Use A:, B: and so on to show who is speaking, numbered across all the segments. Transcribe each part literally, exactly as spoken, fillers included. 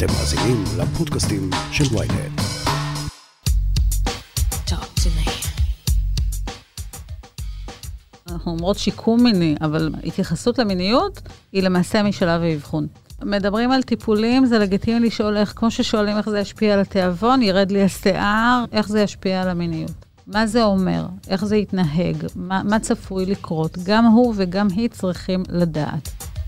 A: אתם מאזינים לפודקאסטים של וויינט.
B: אנחנו אומרות שיקום מיני, אבל התייחסות למיניות היא למעשה משלב האבחון. מדברים על טיפולים, זה לגיטימי לשאול איך, כמו ששואלים איך זה ישפיע על התיאבון, ירד לי השיער, איך זה ישפיע על המיניות. מה זה אומר? איך זה יתנהג? מה, מה צפוי לקרות? גם הוא וגם היא צריכים לדעת.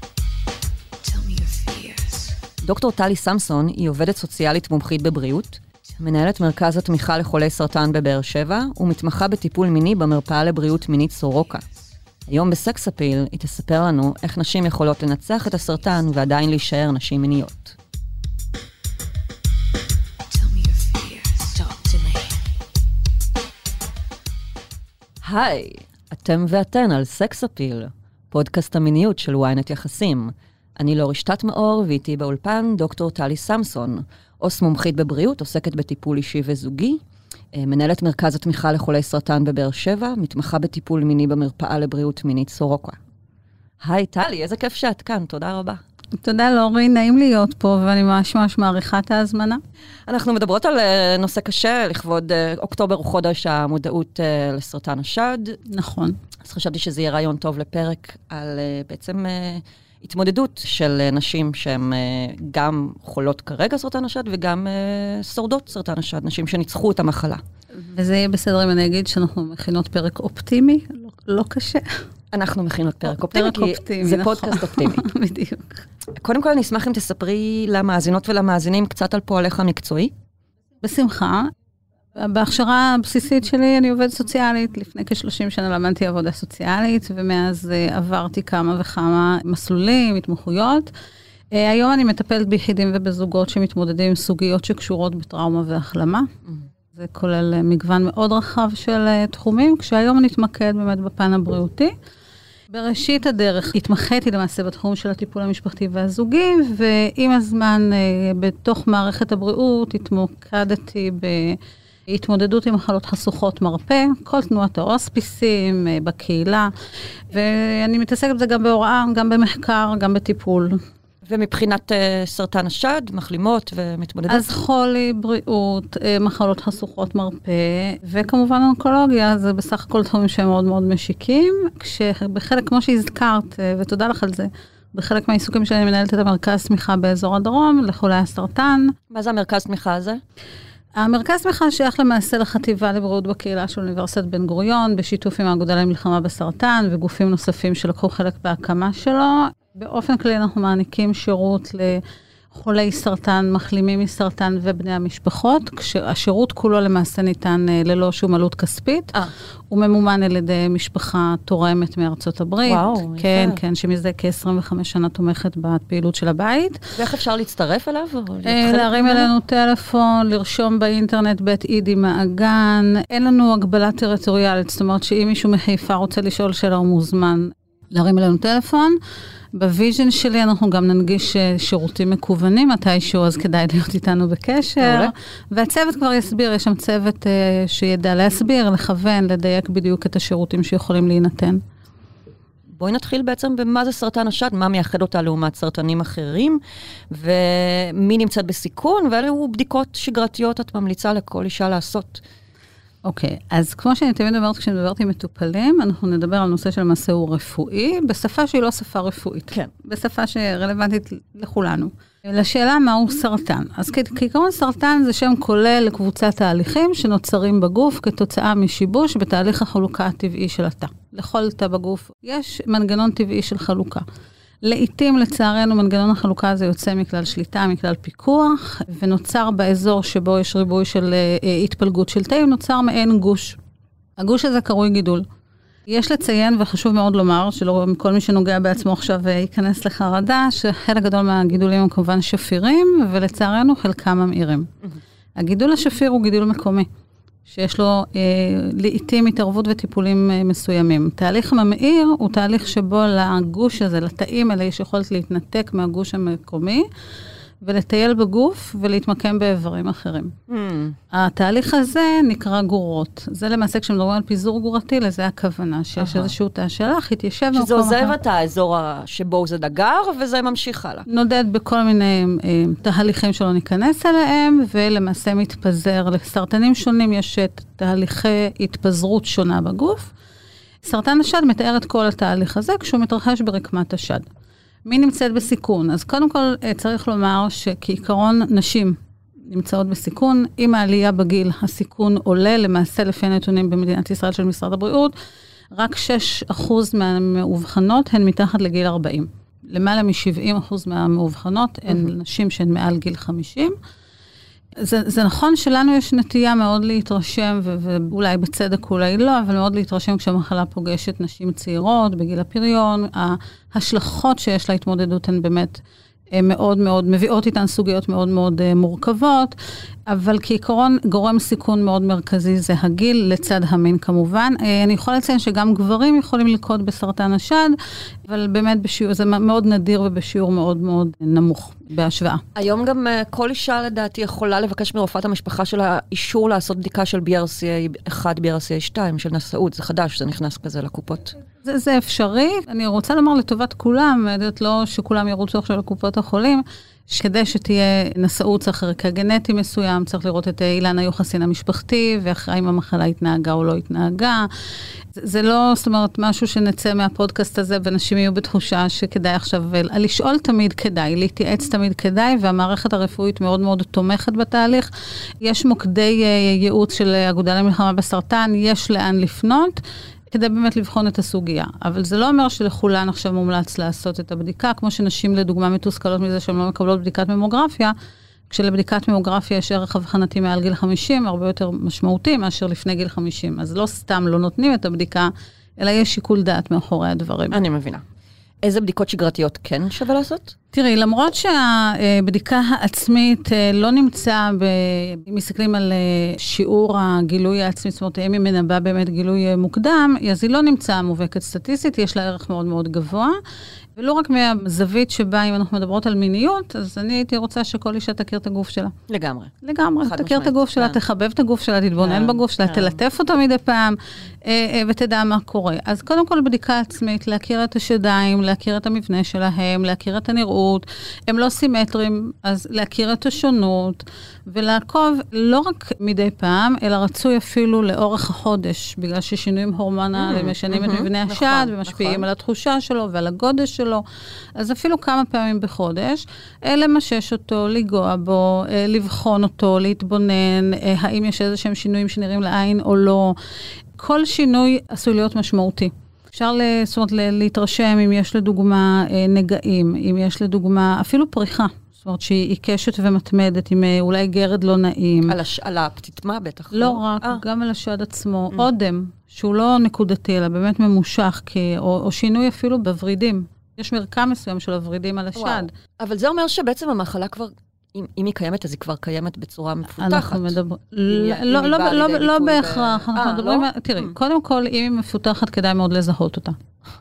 C: דוקטור טלי סמסון היא עובדת סוציאלית מומחית בבריאות, מנהלת מרכז התמיכה לחולי סרטן בבאר שבע, ומתמחה בטיפול מיני במרפאה לבריאות מינית סורוקה. היום בסקס אפיל היא תספר לנו איך נשים יכולות לנצח את הסרטן ועדיין להישאר נשים מיניות. היי, אתם ואתן על סקס אפיל, פודקאסט המיניות של וויינט יחסים. אני לא רשתת מאור, ואיתי באולפן דוקטור טלי סמסון, עו"ס מומחית בבריאות, עוסקת בטיפול אישי וזוגי, מנהלת מרכז התמיכה לחולי סרטן בבאר שבע, מתמחה בטיפול מיני במרפאה לבריאות מינית סורוקה. היי טלי, איזה כיף שאת כאן, תודה רבה.
B: תודה לורי, נעים להיות פה, ואני ממש ממש מעריכה את ההזמנה.
C: אנחנו מדברות על נושא קשה, לכבוד אוקטובר הוא חודש המודעות לסרטן השד.
B: נכון.
C: אז חשבתי שזה יהיה רעיון טוב לפרק על בעצם התמודדות של נשים שהן גם חולות כרגע סרטן השד, וגם שורדות סרטן השד, נשים שניצחו את המחלה.
B: וזה יהיה בסדר אם אני אגיד שאנחנו מכינות פרק אופטימי, לא, לא קשה.
C: אנחנו מכינות פרק אופטימי,
B: פרק אופטימי,
C: כי זה
B: נכון.
C: פודקאסט אופטימי.
B: בדיוק.
C: קודם כל, אני אשמח אם תספרי למאזינות ולמאזינים קצת על פועלך המקצועי.
B: בשמחה. בהכשרה הבסיסית שלי אני עובדת סוציאלית. לפני כ-שלושים שנה למדתי עבודה סוציאלית, ומאז עברתי כמה וכמה מסלולים, התמחויות. היום אני מטפלת ביחידים ובזוגות שמתמודדים עם סוגיות שקשורות בטראומה והחלמה. זה כולל מגוון מאוד רחב של תחומים, כשהיום אני אתמקד באמת בפן הבריאותי. בראשית הדרך התמחיתי למעשה בתחום של הטיפול המשפחתי והזוגי, ועם הזמן בתוך מערכת הבריאות התמקדתי בהתמודדות עם מחלות חשוכות מרפא, כל תנועת ההוספיסים בקהילה, ואני מתעסקת בזה גם בהוראה, גם במחקר, גם בטיפול.
C: ומבחינת uh, סרטן השד, מחלימות ומתמודדות?
B: אז חולי, בריאות, מחלות חשוכות מרפא, וכמובן אונקולוגיה, זה בסך הכל תחומים שהם מאוד מאוד משיקים, כשבחלק, כמו שהזכרת, ותודה לך על זה, בחלק מהעיסוקים שאני מנהלת את המרכז תמיכה באזור הדרום, לחולי הסרטן.
C: מה זה המרכז תמיכה הזה?
B: המרכז תמיכה שייך למעשה לחטיבה לבריאות בקהילה של אוניברסיטת בן גוריון, בשיתוף עם האגודה למלחמה בסרטן, וגופים נוספים שלקחו חלק בהקמה שלו. באופן כללי אנחנו מעניקים שירות לחולי סרטן, מחלימים מסרטן ובני המשפחות, כשהשירות כולו למעשה ניתן ללא שום עלות כספית. 아. הוא ממומן על ידי משפחה תורמת מארצות הברית.
C: וואו,
B: כן,
C: יפה.
B: כן, שמזה כ-עשרים וחמש שנה תומכת בפעילות של הבית.
C: ואיך אפשר להצטרף אליו?
B: להרים אלינו טלפון, לרשום באינטרנט בית אידי מעגן. אין לנו הגבלה טריטוריאלית, זאת אומרת שאם מישהו מחיפה רוצה לשאול שאלה הוא מוזמן להרים אלינו טלפון. בוויז'ן שלי אנחנו גם ננגיש שירותים מקוונים, מתישהו אז כדאי להיות איתנו בקשר. והצוות כבר יסביר, יש שם צוות שידע להסביר, לכוון, לדייק בדיוק את השירותים שיכולים להינתן.
C: בואי נתחיל בעצם במה זה סרטן השד, מה מייחד אותה לעומת סרטנים אחרים, ומי נמצאת בסיכון, ואלו בדיקות שגרתיות את ממליצה לכל אישה לעשות.
B: אוקיי, אז כמו שאני תמיד אומרת, כשאני מדברת עם מטופלים, אנחנו נדבר על נושא של מעשה הוא רפואי, בשפה שהיא לא שפה רפואית.
C: כן.
B: בשפה שרלוונטית לכולנו. לשאלה מהו סרטן. אז כעיקרון סרטן זה שם כולל לקבוצת תהליכים שנוצרים בגוף כתוצאה משיבוש בתהליך החלוקה הטבעי של התא. לכל תא בגוף יש מנגנון טבעי של חלוקה. לעתים, לצערנו, מנגנון החלוקה הזה יוצא מכלל שליטה, מכלל פיקוח, ונוצר באזור שבו יש ריבוי של אה, התפלגות של תאים, נוצר מעין גוש. הגוש הזה קרוי גידול. יש לציין, וחשוב מאוד לומר, שלא כל מי שנוגע בעצמו עכשיו ייכנס לחרדה, שחלק גדול מהגידולים הם כמובן שפירים, ולצערנו חלקם ממאירים. הגידול השפיר הוא גידול מקומי. שיש לו אה, לעתים התערבות וטיפולים אה, מסוימים. תהליך הממאיר הוא תהליך שבו לגוש הזה, לתאים האלה, יש יכולת להתנתק מהגוש המקומי, ולטייל בגוף ולהתמקם באיברים אחרים. Mm. התהליך הזה נקרא גורות. זה למעשה כשמדברים על פיזור גורתי, לזה הכוונה, שיש איזשהו תא שלך, התיישב במקום אחר.
C: שזה עוזב את האזור שבו זה דגר, וזה ממשיך הלאה.
B: נודד בכל מיני אה, תהליכים שלא ניכנס אליהם, ולמעשה מתפזר. לסרטנים שונים יש תהליכי התפזרות שונה בגוף. סרטן השד מתאר את כל התהליך הזה, כשהוא מתרחש ברקמת השד. מי נמצאת בסיכון? אז קודם כל צריך לומר שכעיקרון נשים נמצאות בסיכון. עם העלייה בגיל הסיכון עולה, למעשה לפי הנתונים במדינת ישראל של משרד הבריאות, רק שישה אחוז מהמאובחנות הן מתחת לגיל ארבעים. למעלה מ-שבעים אחוז מהמאובחנות הן נשים שהן מעל גיל חמישים. זה, זה נכון שלנו יש נטייה מאוד להתרשם, ו- ואולי בצדק אולי לא, אבל מאוד להתרשם כשהמחלה פוגשת נשים צעירות, בגיל הפריון, ההשלכות שיש להתמודדות הן באמת מאוד מאוד, מביאות איתן סוגיות מאוד מאוד מורכבות, אבל כעיקרון גורם סיכון מאוד מרכזי זה הגיל, לצד המין כמובן. אני יכולה לציין שגם גברים יכולים ללקות בסרטן השד, אבל באמת בשיעור, זה מאוד נדיר ובשיעור מאוד מאוד נמוך בהשוואה.
C: היום גם כל אישה לדעתי יכולה לבקש מרופאת המשפחה שלה אישור לעשות בדיקה של בי אר סי איי אחת, בי אר סי איי שתיים, של נשאות, זה חדש, זה נכנס כזה לקופות.
B: זה, זה אפשרי. אני רוצה לומר לטובת כולם, יודעת לא שכולם ירוצו עכשיו לקופות החולים, שכדי שתהיה נשאות צריך רקע גנטי מסוים, צריך לראות את אילן היוחסין המשפחתי, ואחרי אם המחלה התנהגה או לא התנהגה. זה, זה לא, זאת אומרת, משהו שנצא מהפודקאסט הזה, ואנשים יהיו בתחושה שכדאי עכשיו, לשאול תמיד כדאי, להתייעץ תמיד כדאי, והמערכת הרפואית מאוד מאוד תומכת בתהליך. יש מוקדי ייעוץ של אגודה למלחמה בסרטן, יש לאן לפנות, כדי באמת לבחון את הסוגיה. אבל זה לא אומר שלכולן עכשיו מומלץ לעשות את הבדיקה, כמו שנשים לדוגמה מתוסכלות מזה שהן לא מקבלות בדיקת ממוגרפיה, כשלבדיקת ממוגרפיה יש ערך אבחנתי מעל גיל חמישים, הרבה יותר משמעותי מאשר לפני גיל חמישים. אז לא סתם לא נותנים את הבדיקה, אלא יש שיקול דעת מאחורי הדברים.
C: אני מבינה. איזה בדיקות שגרתיות כן שווה לעשות?
B: תראי, למרות שהבדיקה העצמית לא נמצא, אם מסתכלים על שיעור הגילוי העצמי, זאת אומרת, אם היא מנבא באמת גילוי מוקדם, אז היא לא נמצאה מובהקת סטטיסטית, יש לה ערך מאוד מאוד גבוה, ולא רק מהזווית שבה, אם אנחנו מדברות על מיניות, אז אני הייתי רוצה שכל אישה תכיר את הגוף שלה.
C: לגמרי.
B: לגמרי, תכיר את הגוף שלה, תחבב את הגוף שלה, תתבונן בגוף שלה, תלטף אותו מדי פעם, ותדע מה קורה. אז קודם כל בדיקה עצמית, להכיר את השדיים, להכיר את המבנה שלהם, להכיר את הנראות, הם לא סימטרים, אז להכיר את השונות, ולעקוב לא רק מדי פעם, אלא רצוי אפילו לאורך החודש, בגלל ששינויים הורמונליים משנים את מבנה השד, ומשפיעים על התחושה שלו ועל הגודש שלו, אז אפילו כמה פעמים בחודש, למשש אותו, לגוע בו, לבחון אותו, להתבונן, האם יש איזה שהם שינויים שנראים לעין או לא. כל שינוי עשוי להיות משמעותי. אפשר זאת אומרת, להתרשם אם יש לדוגמה נגעים, אם יש לדוגמה אפילו פריחה. זאת אומרת שהיא עיקשת ומתמדת, עם אולי גרד לא נעים.
C: על, הש... על הפתיתמה בטח.
B: לא רק, 아. גם על השד עצמו. Mm. עודם, שהוא לא נקודתי, אלא באמת ממושך, כי, או, או שינוי אפילו בוורידים. יש מרקם מסוים של הוורידים על השד. וואו.
C: אבל זה אומר שבעצם המחלה כבר, אם, אם היא קיימת, אז היא כבר קיימת בצורה מפותחת.
B: אנחנו מדברים, לא, לא, לא, לא, לא בהכרח. אנחנו מדברים, תראי, קודם כל, אם היא מפותחת, כדאי מאוד לזהות אותה.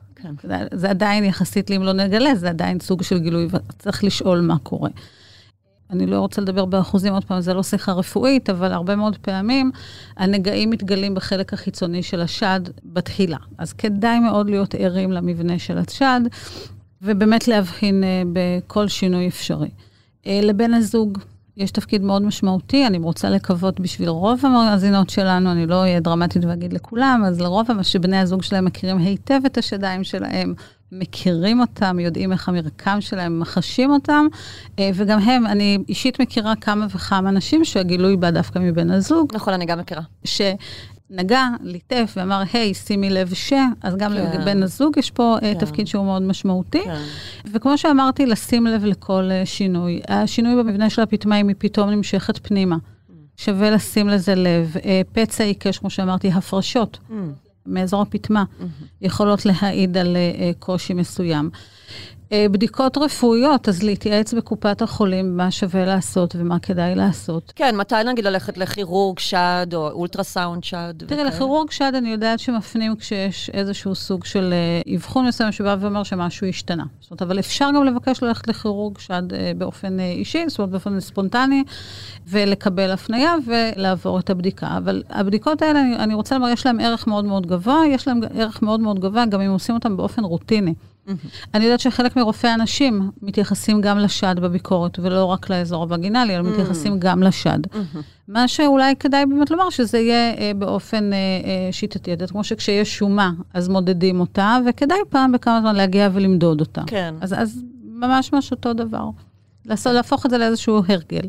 B: זה עדיין יחסית לי אם לא נגלה, זה עדיין סוג של גילוי, וצריך לשאול מה קורה. אני לא רוצה לדבר באחוזים, עוד פעם, זה לא שיחה רפואית, אבל הרבה מאוד פעמים הנגעים מתגלים בחלק החיצוני של השד בתחילה. אז כדאי מאוד להיות ערים למבנה של השד, ובאמת להבחין בכל שינוי אפשרי. לבן הזוג יש תפקיד מאוד משמעותי, אני רוצה לקוות בשביל רוב המאזינות שלנו, אני לא אהיה דרמטית ואגיד לכולם, אז לרוב שבני הזוג שלהם מכירים היטב את השדיים שלהם, מכירים אותם, יודעים איך המרקם שלהם, מחשים אותם, וגם הם, אני אישית מכירה כמה וכמה אנשים שהגילוי בא דווקא מבן הזוג.
C: נכון, אני גם מכירה.
B: שנגע, ליטף ואמר, היי, שימי לב ש, אז גם כן. לבן הזוג יש פה כן. תפקיד שהוא מאוד משמעותי. כן. וכמו שאמרתי, לשים לב לכל שינוי. השינוי במבנה של הפתמה היא פתאום נמשכת פנימה. Mm. שווה לשים לזה לב. פצע עיקש, כמו שאמרתי, הפרשות. Mm. מאזור הפתמה, mm-hmm. יכולות להעיד על uh, קושי מסוים. בדיקות רפואיות, אז להתייעץ בקופת החולים מה שווה לעשות ומה כדאי לעשות.
C: כן, מתי נגיד ללכת לכירורג שד או אולטרסאונד שד?
B: תראי, לכירורג שד אני יודעת שמפנים כשיש איזשהו סוג של אבחון מסוים שבא ואומר שמשהו השתנה. זאת אומרת, אבל אפשר גם לבקש ללכת לכירורג שד באופן אישי, זאת אומרת, באופן ספונטני, ולקבל הפניה ולעבור את הבדיקה. אבל הבדיקות האלה, אני, אני רוצה לומר, יש להם ערך מאוד מאוד גבוה, יש להם ערך מאוד מאוד גבוה, גם אם עושים אותם באופן רוטיני. אני יודעת שחלק מרופאי אנשים מתייחסים גם לשד בביקורת, ולא רק לאזור הווגינלי, אלא מתייחסים גם לשד. מה שאולי כדאי באמת לומר, שזה יהיה באופן שיטתי. כמו שכשיש שומה, אז מודדים אותה, וכדאי פעם בכמה זמן להגיע ולמדוד אותה.
C: כן.
B: אז, אז ממש ממש אותו דבר. להפוך את זה לאיזשהו הרגל.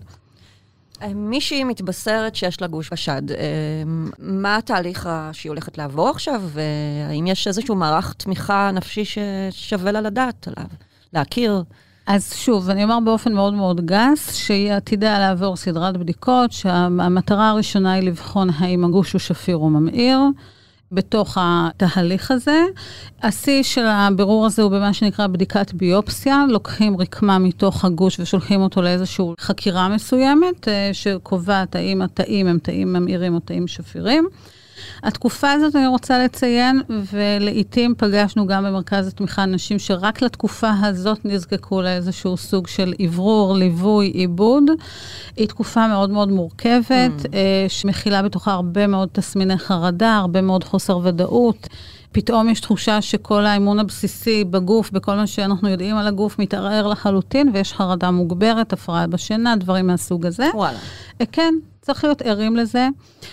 C: מישהי מתבשרת שיש לה גוש בשד. מה התהליך שהיא הולכת לעבור עכשיו? והאם יש איזשהו מערך תמיכה נפשי ששווה לה לדעת עליו? להכיר?
B: אז שוב, אני אומר באופן מאוד מאוד גס, שהיא עתידה לעבור סדרת בדיקות, שהמטרה הראשונה היא לבחון האם הגוש הוא שפיר או ממאיר, בתוך התהליך הזה. השיא של הבירור הזה הוא במה שנקרא בדיקת ביופסיה, לוקחים רקמה מתוך הגוש ושולחים אותו לאיזושהי חקירה מסוימת, שקובעת האם התאים הם תאים ממאירים או תאים שפירים. התקופה הזאת אני רוצה לציין, ולעיתים פגשנו גם במרכז התמיכה אנשים שרק לתקופה הזאת נזקקו לאיזשהו סוג של עברור, ליווי, עיבוד. היא תקופה מאוד מאוד מורכבת, mm. שמכילה בתוכה הרבה מאוד תסמיני חרדה, הרבה מאוד חוסר ודאות. פתאום יש תחושה שכל האימון הבסיסי בגוף, בכל מה שאנחנו יודעים על הגוף, מתערער לחלוטין, ויש חרדה מוגברת, הפרעה בשינה, דברים מהסוג הזה.
C: וואלה.
B: כן, צריך להיות ערים לזה.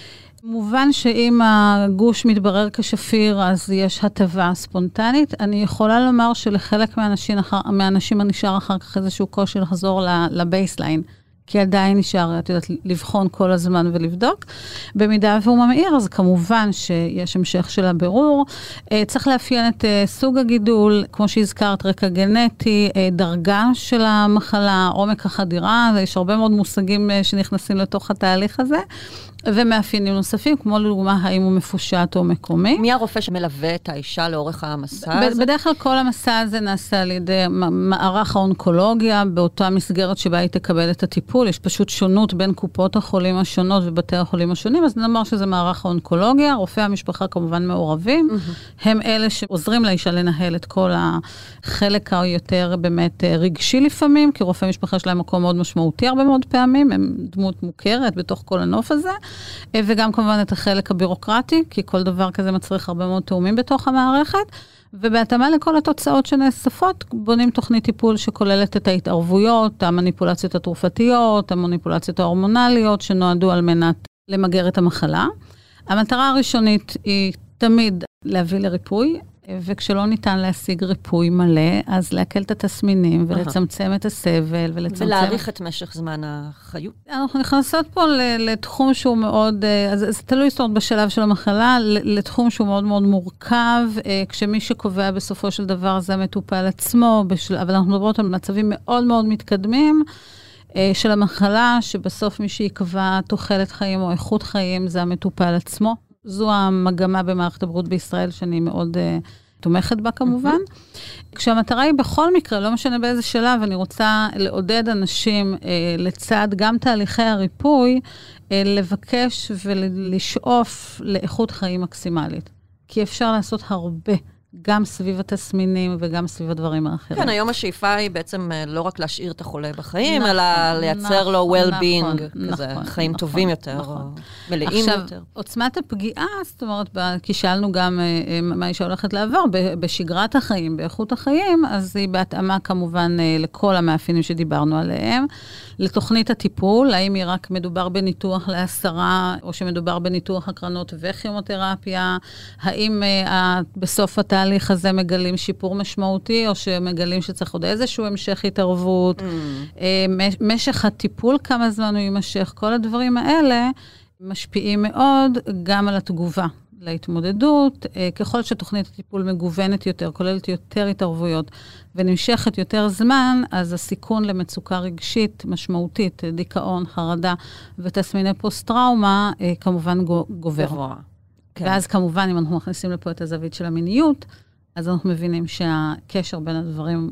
B: מובן שאם הגוש מתברר כשפיר, אז יש הטבה ספונטנית. אני יכולה לומר שלחלק מהאנשים, מהאנשים הנשאר אחר כך איזשהו קושי לחזור לבייסליין, כי עדיין נשאר, את יודעת, לבחון כל הזמן ולבדוק. במידה והוא ממאיר, אז כמובן שיש המשך של הבירור. צריך לאפיין את סוג הגידול, כמו שהזכרת, רקע גנטי, דרגה של המחלה, עומק החדירה, יש הרבה מאוד מושגים שנכנסים לתוך התהליך הזה. ומאפיינים נוספים, כמו לדוגמה, האם הוא מפושט או מקומי.
C: מי הרופא שמלווה את האישה לאורך המסע הזה?
B: בדרך כלל כל המסע הזה נעשה על ידי מערך האונקולוגיה, באותה מסגרת שבה היא תקבל את הטיפול. יש פשוט שונות בין קופות החולים השונות ובתי החולים השונים, אז נאמר שזה מערך האונקולוגיה. רופאי המשפחה כמובן מעורבים. הם אלה שעוזרים לאישה לנהל את כל החלק היותר באמת רגשי לפעמים, כי רופאי משפחה שלהם מקום מאוד משמעותי הרבה מאוד פעמים, הם דמות מוכרת בתוך כל הנוף הזה. וגם כמובן את החלק הבירוקרטי, כי כל דבר כזה מצריך הרבה מאוד תאומים בתוך המערכת, ובהתאמה לכל התוצאות שנאספות, בונים תוכנית טיפול שכוללת את ההתערבויות, המניפולציות התרופתיות, המניפולציות ההורמונליות, שנועדו על מנת למגר את המחלה. המטרה הראשונית היא תמיד להביא לריפוי, וכשלא ניתן להשיג ריפוי מלא, אז להקל את התסמינים ולצמצם את הסבל ולצמצם...
C: ולהאריך את משך זמן החיות.
B: אנחנו נכנסות פה לתחום שהוא מאוד, אז זה תלוי זאת אומרת בשלב של המחלה, לתחום שהוא מאוד מאוד מורכב, כשמי שקובע בסופו של דבר זה המטופל עצמו, אבל אנחנו מדברות על מצבים מאוד מאוד מתקדמים, של המחלה, שבסוף מי שיקבע תוחלת חיים או איכות חיים זה המטופל עצמו. זו המגמה במערכת הבריאות בישראל, שאני מאוד uh, תומכת בה כמובן. Mm-hmm. כשהמטרה היא בכל מקרה, לא משנה באיזה שלב, אני רוצה לעודד אנשים uh, לצד גם תהליכי הריפוי, uh, לבקש ולשאוף לאיכות חיים מקסימלית. כי אפשר לעשות הרבה. גם סביב התסמינים וגם סביב הדברים האחרים.
C: כן, היום השאיפה היא בעצם לא רק להשאיר את החולה בחיים, נכון, אלא לייצר נכון, לו well-being, נכון, כזה, נכון, חיים נכון, טובים יותר, נכון. או מלאים
B: עכשיו,
C: יותר. עכשיו,
B: עוצמת הפגיעה, זאת אומרת, כי שאלנו גם מה אישה הולכת לעבור, בשגרת החיים, באיכות החיים, אז היא בהתאמה כמובן לכל המאפיינים שדיברנו עליהם, לתוכנית הטיפול, האם היא רק מדובר בניתוח לעשרה, או שמדובר בניתוח הקרנות וכימותרפיה, האם בסוף התהליך, התהליך הזה מגלים שיפור משמעותי, או שמגלים שצריך עוד איזשהו המשך התערבות, mm. משך הטיפול, כמה זמן הוא יימשך, כל הדברים האלה משפיעים מאוד גם על התגובה להתמודדות. ככל שתוכנית הטיפול מגוונת יותר, כוללת יותר התערבויות, ונמשכת יותר זמן, אז הסיכון למצוקה רגשית משמעותית, דיכאון, חרדה ותסמיני פוסט-טראומה, כמובן גובר. גבוה. כן. ואז כמובן, אם אנחנו מכניסים לפה את הזווית של המיניות, אז אנחנו מבינים שהקשר בין הדברים הוא,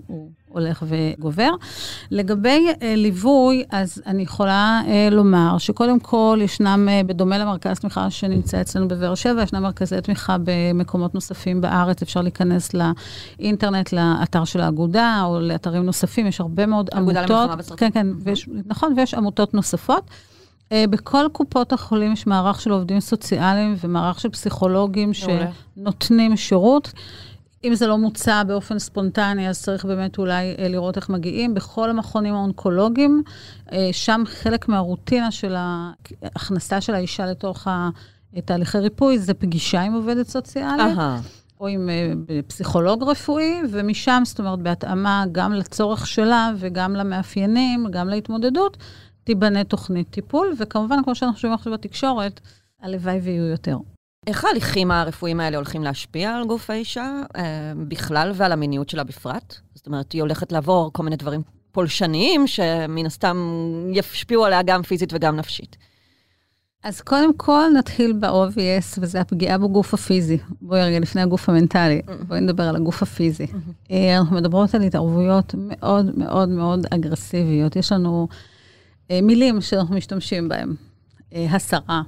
B: הולך וגובר. לגבי אה, ליווי, אז אני יכולה אה, לומר שקודם כל ישנם, אה, בדומה למרכז תמיכה שנמצא אצלנו בבאר שבע, ישנם מרכזי תמיכה במקומות נוספים בארץ, אפשר להיכנס לאינטרנט, לאתר של האגודה, או לאתרים נוספים, יש הרבה מאוד עמותות. כן, כן, ויש, נכון, ויש עמותות נוספות. אה, בכל קופות החולים יש מערך של עובדים סוציאליים, ומערך של פסיכולוגים שנותנים שירות. אם זה לא מוצע באופן ספונטני, אז צריך באמת אולי לראות איך מגיעים. בכל המכונים האונקולוגיים, שם חלק מהרוטינה של ההכנסה של האישה לתוך תהליכי ריפוי, זה פגישה עם עובדת סוציאלית, או עם פסיכולוג רפואי, ומשם, זאת אומרת, בהתאמה גם לצורך שלה, וגם למאפיינים, גם להתמודדות, תיבנה תוכנית טיפול, וכמובן, כמו שאנחנו חושבים עכשיו בתקשורת, הלוואי ויהיו יותר.
C: איך ההליכים הרפואיים האלה הולכים להשפיע על גוף האישה אה, בכלל ועל המיניות שלה בפרט? זאת אומרת, היא הולכת לעבור כל מיני דברים פולשניים שמן הסתם ישפיעו עליה גם פיזית וגם נפשית.
B: אז קודם כל נתחיל ב-או וי אס, וזה הפגיעה בגוף הפיזי. בואי רגע לפני הגוף המנטלי, בואי נדבר על הגוף הפיזי. אנחנו מדברות על התערבויות מאוד מאוד מאוד אגרסיביות. יש לנו מילים שאנחנו משתמשים בהם. הסרה.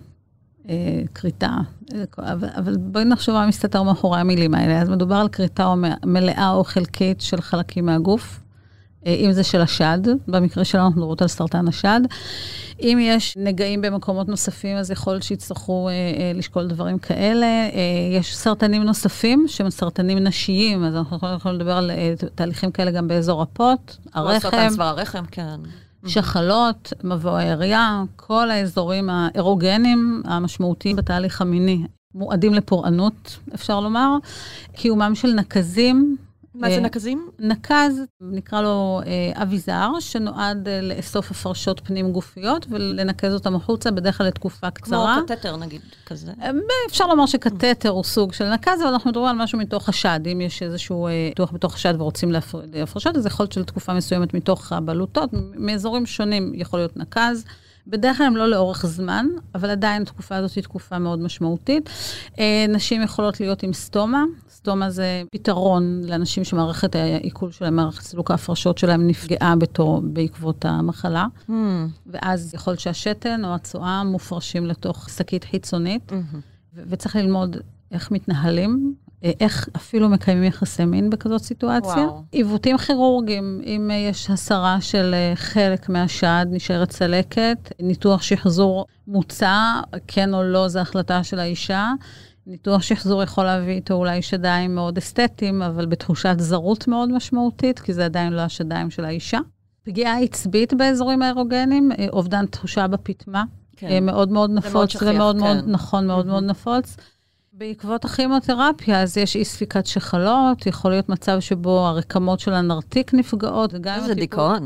B: קריטה, אבל, אבל בואי נחשוב מה מסתתר מאחורי המילים האלה. אז מדובר על קריטה או מלאה או חלקית של חלקים מהגוף, אם זה של השד, במקרה שלנו אנחנו מדברות על סרטן השד. אם יש נגעים במקומות נוספים, אז יכול שיצטרכו לשקול דברים כאלה. יש סרטנים נוספים, שהם סרטנים נשיים, אז אנחנו יכולים לדבר על תהליכים כאלה גם באזור הפות, הרחם.
C: סרטן צוואר הרחם, כן.
B: שחלות, מבוא העירייה, כל האזורים האירוגנים המשמעותיים בתהליך המיני, מועדים לפורענות, אפשר לומר, קיומם של נקזים.
C: מה זה נקזים?
B: נקז, נקרא לו אביזר, שנועד לאסוף הפרשות פנים גופיות, ולנקז אותם החוצה בדרך כלל לתקופה קצרה.
C: כמו קטטר נגיד, כזה.
B: אפשר לומר שקטטר הוא סוג של נקז, אבל אנחנו מדברים על משהו מתוך השד. אם יש איזשהו ניתוח בתוך השד ורוצים להפרשות, אז יכול להיות של תקופה מסוימת מתוך הבלוטות, מאזורים שונים יכול להיות נקז. בדרך כלל הם לא לאורך זמן, אבל עדיין התקופה הזאת היא תקופה מאוד משמעותית. נשים יכולות להיות עם סטומה. סטומה זה פתרון לאנשים שמערכת העיכול שלהם, מערכת סילוק ההפרשות שלהם נפגעה בתור, בעקבות המחלה. Mm. ואז יכול להיות שהשתן או הצואה מופרשים לתוך שקית חיצונית, mm-hmm. ו- וצריך ללמוד איך מתנהלים, איך אפילו מקיימים יחסי מין בכזאת סיטואציה. וואו. עיוותים כירורגיים, אם יש הסרה של חלק מהשד, נשארת צלקת, ניתוח שחזור מוצע, כן או לא, זו החלטה של האישה. ניתוח שחזור יכול להביא איתו אולי שדיים מאוד אסתטיים, אבל בתחושת זרות מאוד משמעותית, כי זה עדיין לא השדיים של האישה. פגיעה עצבית באזורים האירוגנים, אובדן תחושה בפתמה, כן. מאוד מאוד נפוץ, זה מאוד מאוד נכון, מאוד מאוד נפוץ. בעקבות הכימותרפיה, אז יש אי ספיקת שחלות, יכול להיות מצב שבו הרקמות של הנרתיק נפגעות.
C: איזה דיכאון.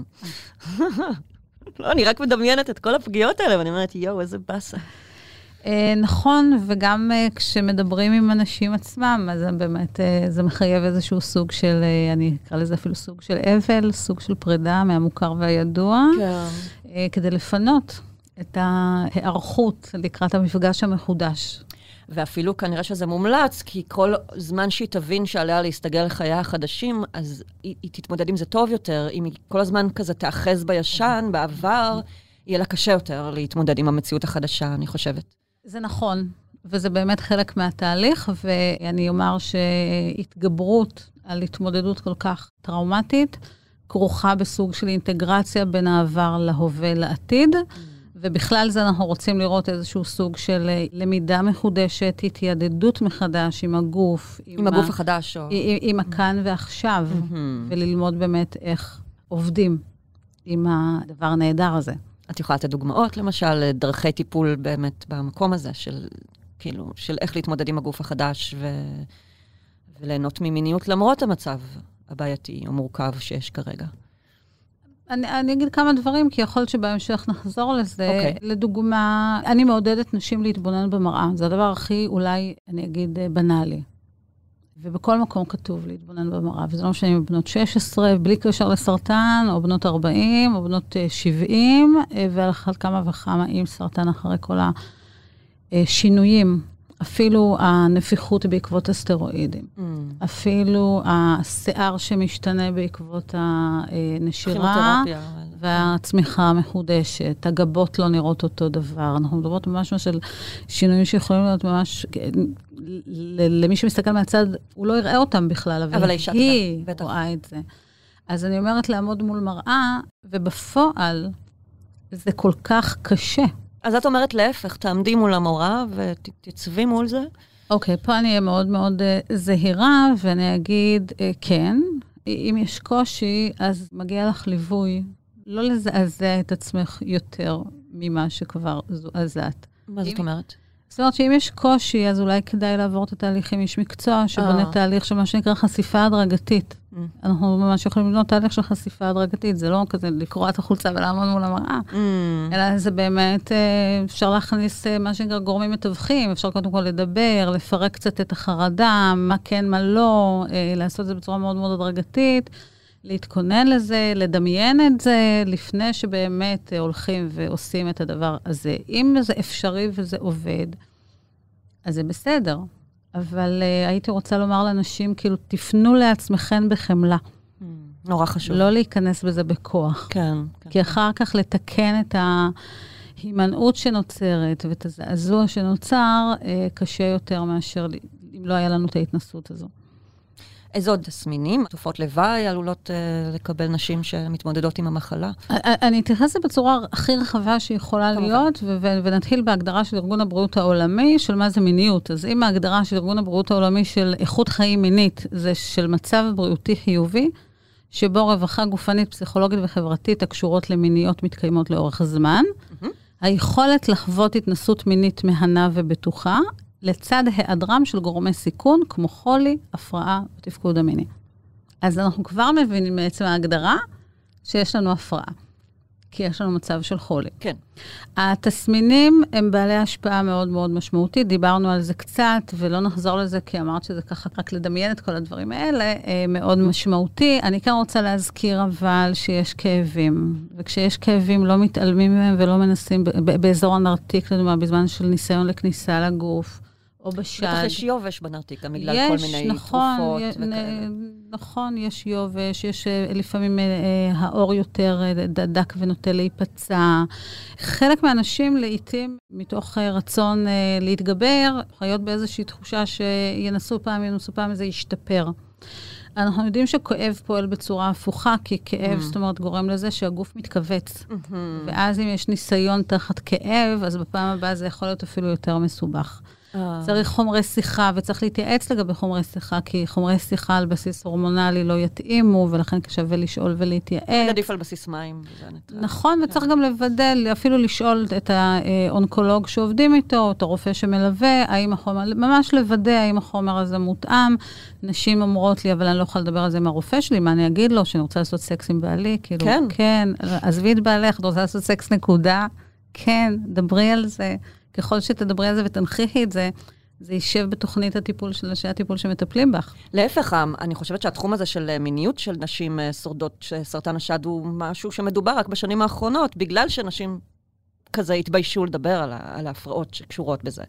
C: לא, אני רק מדמיינת את כל הפגיעות האלה, ואני אומרת, יואו, איזה בסה.
B: נכון, וגם כשמדברים עם אנשים עצמם, אז באמת זה מחייב איזשהו סוג של, אני אקרא לזה אפילו סוג של אבל, סוג של פרידה מהמוכר והידוע, כדי לפנות את ההיערכות לקראת המפגש המחודש.
C: ואפילו כנראה שזה מומלץ, כי כל זמן שהיא תבין שעליה להסתגל לחייה החדשים, אז היא, היא תתמודד עם זה טוב יותר. אם היא כל הזמן כזה תאחז בישן, בעבר, יהיה לה קשה יותר להתמודד עם המציאות החדשה, אני חושבת.
B: זה נכון, וזה באמת חלק מהתהליך, ואני אומר שהתגברות על התמודדות כל כך טראומטית, כרוכה בסוג של אינטגרציה בין העבר להווה לעתיד, ובכלל זה אנחנו רוצים לראות איזשהו סוג של למידה מחודשת, התיידדות מחדש עם הגוף.
C: עם, עם הגוף ה... החדש. או...
B: עם, עם הכאן ועכשיו, mm-hmm. וללמוד באמת איך עובדים עם הדבר הנהדר הזה.
C: את יכולה לתת דוגמאות, למשל, דרכי טיפול באמת במקום הזה, של, כאילו, של איך להתמודד עם הגוף החדש, ו... וליהנות ממיניות למרות המצב הבעייתי או מורכב שיש כרגע.
B: אני, אני אגיד כמה דברים, כי יכול להיות שבהמשך נחזור לזה. Okay. לדוגמה, אני מעודדת נשים להתבונן במראה. זה הדבר הכי, אולי, אני אגיד, בנאלי. ובכל מקום כתוב להתבונן במראה. וזה לא משנה אם בנות שש עשרה, בלי קשר לסרטן, או בנות ארבעים, או בנות שבעים, ועל כמה וכמה עם סרטן אחרי כל השינויים אפילו הנפיחות בעקבות הסטרואידים, mm. אפילו השיער שמשתנה בעקבות הנשירה, והצמיחה המחודשת, הגבות לא נראות אותו דבר. אנחנו מדברות ממש של שינויים שיכולים להיות ממש, למי שמסתכל מהצד, הוא לא יראה אותם בכלל, אבל היא רואה את זה. אז אני אומרת לעמוד מול מראה, ובפועל זה כל כך קשה.
C: אז את אומרת להפך, תעמדי מול המורה ותצבי מול זה?
B: אוקיי, פה אני אהיה מאוד מאוד uh, זהירה, ואני אגיד, uh, כן, אם יש קושי, אז מגיע לך ליווי, לא לזעזע את עצמך יותר ממה שכבר זעזעת.
C: מה זאת אומרת?
B: זאת אומרת שאם יש קושי, אז אולי כדאי לעבור את התהליכים. יש מקצוע שבונה oh. תהליך של מה שנקרא חשיפה הדרגתית. Mm. אנחנו ממש יכולים לבנות תהליך של חשיפה הדרגתית. זה לא כזה לקרוע את החולצה ולעמוד מול המראה. Mm. אלא זה באמת, אפשר להכניס מה שנקרא גורמים מתווכים. אפשר קודם כל לדבר, לפרק קצת את החרדה, מה כן, מה לא, לעשות את זה בצורה מאוד מאוד הדרגתית. להתכונן לזה, לדמיין את זה, לפני שבאמת הולכים ועושים את הדבר הזה. אם זה אפשרי וזה עובד, אז זה בסדר. אבל uh, הייתי רוצה לומר לאנשים, כאילו, תפנו לעצמכם בחמלה.
C: Mm, נורא חשוב.
B: לא להיכנס בזה בכוח.
C: כן. כן
B: כי אחר כך לתקן את ההימנעות שנוצרת, ואת הזעזוע שנוצר, uh, קשה יותר מאשר אם לא היה לנו את ההתנסות הזו.
C: איזה עוד תסמינים, תופעות לוואי עלולות uh, לקבל נשים שמתמודדות עם המחלה?
B: אני אתייחס את בצורה הכי רחבה שיכולה להיות, ו- ו- ונתחיל בהגדרה של ארגון הבריאות העולמי, של מה זה מיניות. אז אם ההגדרה של ארגון הבריאות העולמי של איכות חיים מינית, זה של מצב בריאותי חיובי, שבו רווחה גופנית, פסיכולוגית וחברתית הקשורות למיניות מתקיימות לאורך זמן, mm-hmm. היכולת לחוות התנסות מינית מהנה ובטוחה, לצד היעדרם של גורמי סיכון, כמו חולי, הפרעה ותפקוד המיני. אז אנחנו כבר מבינים בעצם ההגדרה שיש לנו הפרעה, כי יש לנו מצב של חולי.
C: כן.
B: התסמינים הם בעלי השפעה מאוד מאוד משמעותית, דיברנו על זה קצת, ולא נחזור לזה, כי אמרת שזה ככה רק לדמיין את כל הדברים האלה, מאוד משמעותי. אני כאן רוצה להזכיר אבל שיש כאבים, וכשיש כאבים לא מתעלמים מהם ולא מנסים, באזור הנרתיק, לדוגמה, בזמן של ניסיון לכניסה לגוף, או בשד.
C: בטח יש יובש בנרתיק, גם בגלל כל מיני
B: נכון,
C: תרופות
B: יש,
C: וכאלה.
B: נכון, יש יובש, יש לפעמים אה, האור יותר דק ונוטה להיפצע. חלק מהאנשים לעתים, מתוך רצון אה, להתגבר, חיות באיזושהי תחושה שינסו פעם, ינסו פעם, זה ישתפר. אנחנו יודעים שכואב פועל בצורה הפוכה, כי כאב, mm. זאת אומרת, גורם לזה שהגוף מתכווץ. Mm-hmm. ואז אם יש ניסיון תחת כאב, אז בפעם הבאה זה יכול להיות אפילו יותר מסובך. Uh. צריך חומרי שיחה, וצריך להתייעץ לגבי חומרי שיחה, כי חומרי שיחה על בסיס הורמונלי לא יתאימו, ולכן שווה לשאול ולהתייעץ.
C: עדיף על בסיס מים.
B: נכון, וצריך גם לוודא, אפילו לשאול את האונקולוג שעובדים איתו, את הרופא שמלווה, האם החומר, ממש לוודא האם החומר הזה מותאם. נשים אומרות לי, אבל אני לא יכולה לדבר על זה עם הרופא שלי, מה אני אגיד לו? שאני רוצה לעשות סקס עם בעלי? כאילו, כן. כן, עזבי את בעלך, את רוצה לעשות סקס נקודה? כן, דברי על זה. ככל שתדברי על זה ותנחיכי את זה, זה יישב בתוכנית הטיפול של אנשי הטיפול שמטפלים בך.
C: להפך, אני חושבת שהתחום הזה של מיניות של נשים שורדות סרטן השד הוא משהו שמדובר רק בשנים האחרונות, בגלל שנשים כזה התביישו לדבר על, על ההפרעות שקשורות בזה.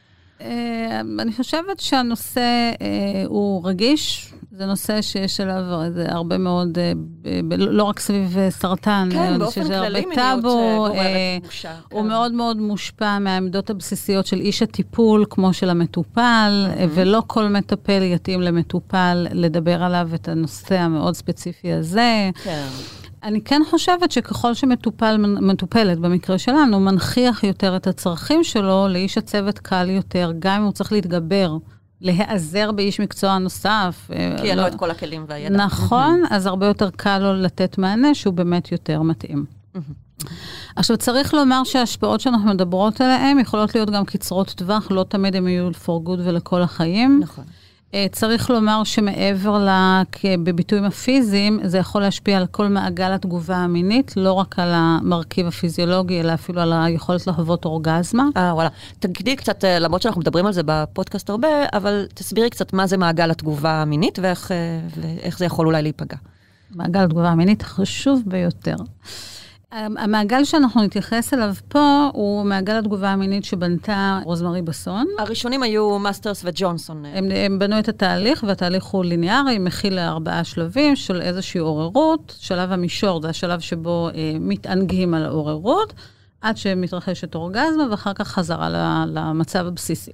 B: אני חושבת שהנושא הוא רגיש, זה נושא שיש עליו הרבה מאוד, לא רק סביב סרטן,
C: כן, באופן כללי מיניות גוררת בושה.
B: הוא מאוד מאוד מושפע מהעמדות הבסיסיות של איש הטיפול, כמו של המטופל, ולא כל מטפל יתאים למטופל לדבר עליו את הנושא המאוד ספציפי הזה. כן. אני כן חושבת שככל שמטופל, מטופלת במקרה שלנו, מנחיח יותר את הצרכים שלו, לאיש הצוות קל יותר, גם אם הוא צריך להתגבר, להיעזר באיש מקצוע נוסף.
C: כי אין לו את כל הכלים והידע.
B: נכון, אז הרבה יותר קל לו לתת מענה, שהוא באמת יותר מתאים. עכשיו, צריך לומר שההשפעות שאנחנו מדברות עליהן, יכולות להיות גם קצרות טווח, לא תמיד הן יהיו for good ולכל החיים. נכון. צריך לומר שמעבר בביטויים הפיזיים, זה יכול להשפיע על כל מעגל התגובה המינית, לא רק על המרכיב הפיזיולוגי, אלא אפילו על היכולת לחוות אורגזמה.
C: אה, וואלה. תגידי קצת, למרות שאנחנו מדברים על זה בפודקאסט הרבה, אבל תסבירי קצת מה זה מעגל התגובה המינית, ואיך, ואיך זה יכול אולי להיפגע.
B: מעגל התגובה המינית חשוב ביותר. המעגל שאנחנו נתייחס אליו פה, הוא מעגל התגובה המינית שבנתה רוזמרי בסון.
C: הראשונים היו מאסטרס וג'ונסון.
B: הם, הם בנו את התהליך, והתהליך הוא ליניארי, מכיל לארבעה שלבים של איזושהי עוררות. שלב המישור, זה השלב שבו אה, מתענגים על העוררות, עד שמתרחשת אורגזמה, ואחר כך חזרה למצב הבסיסי.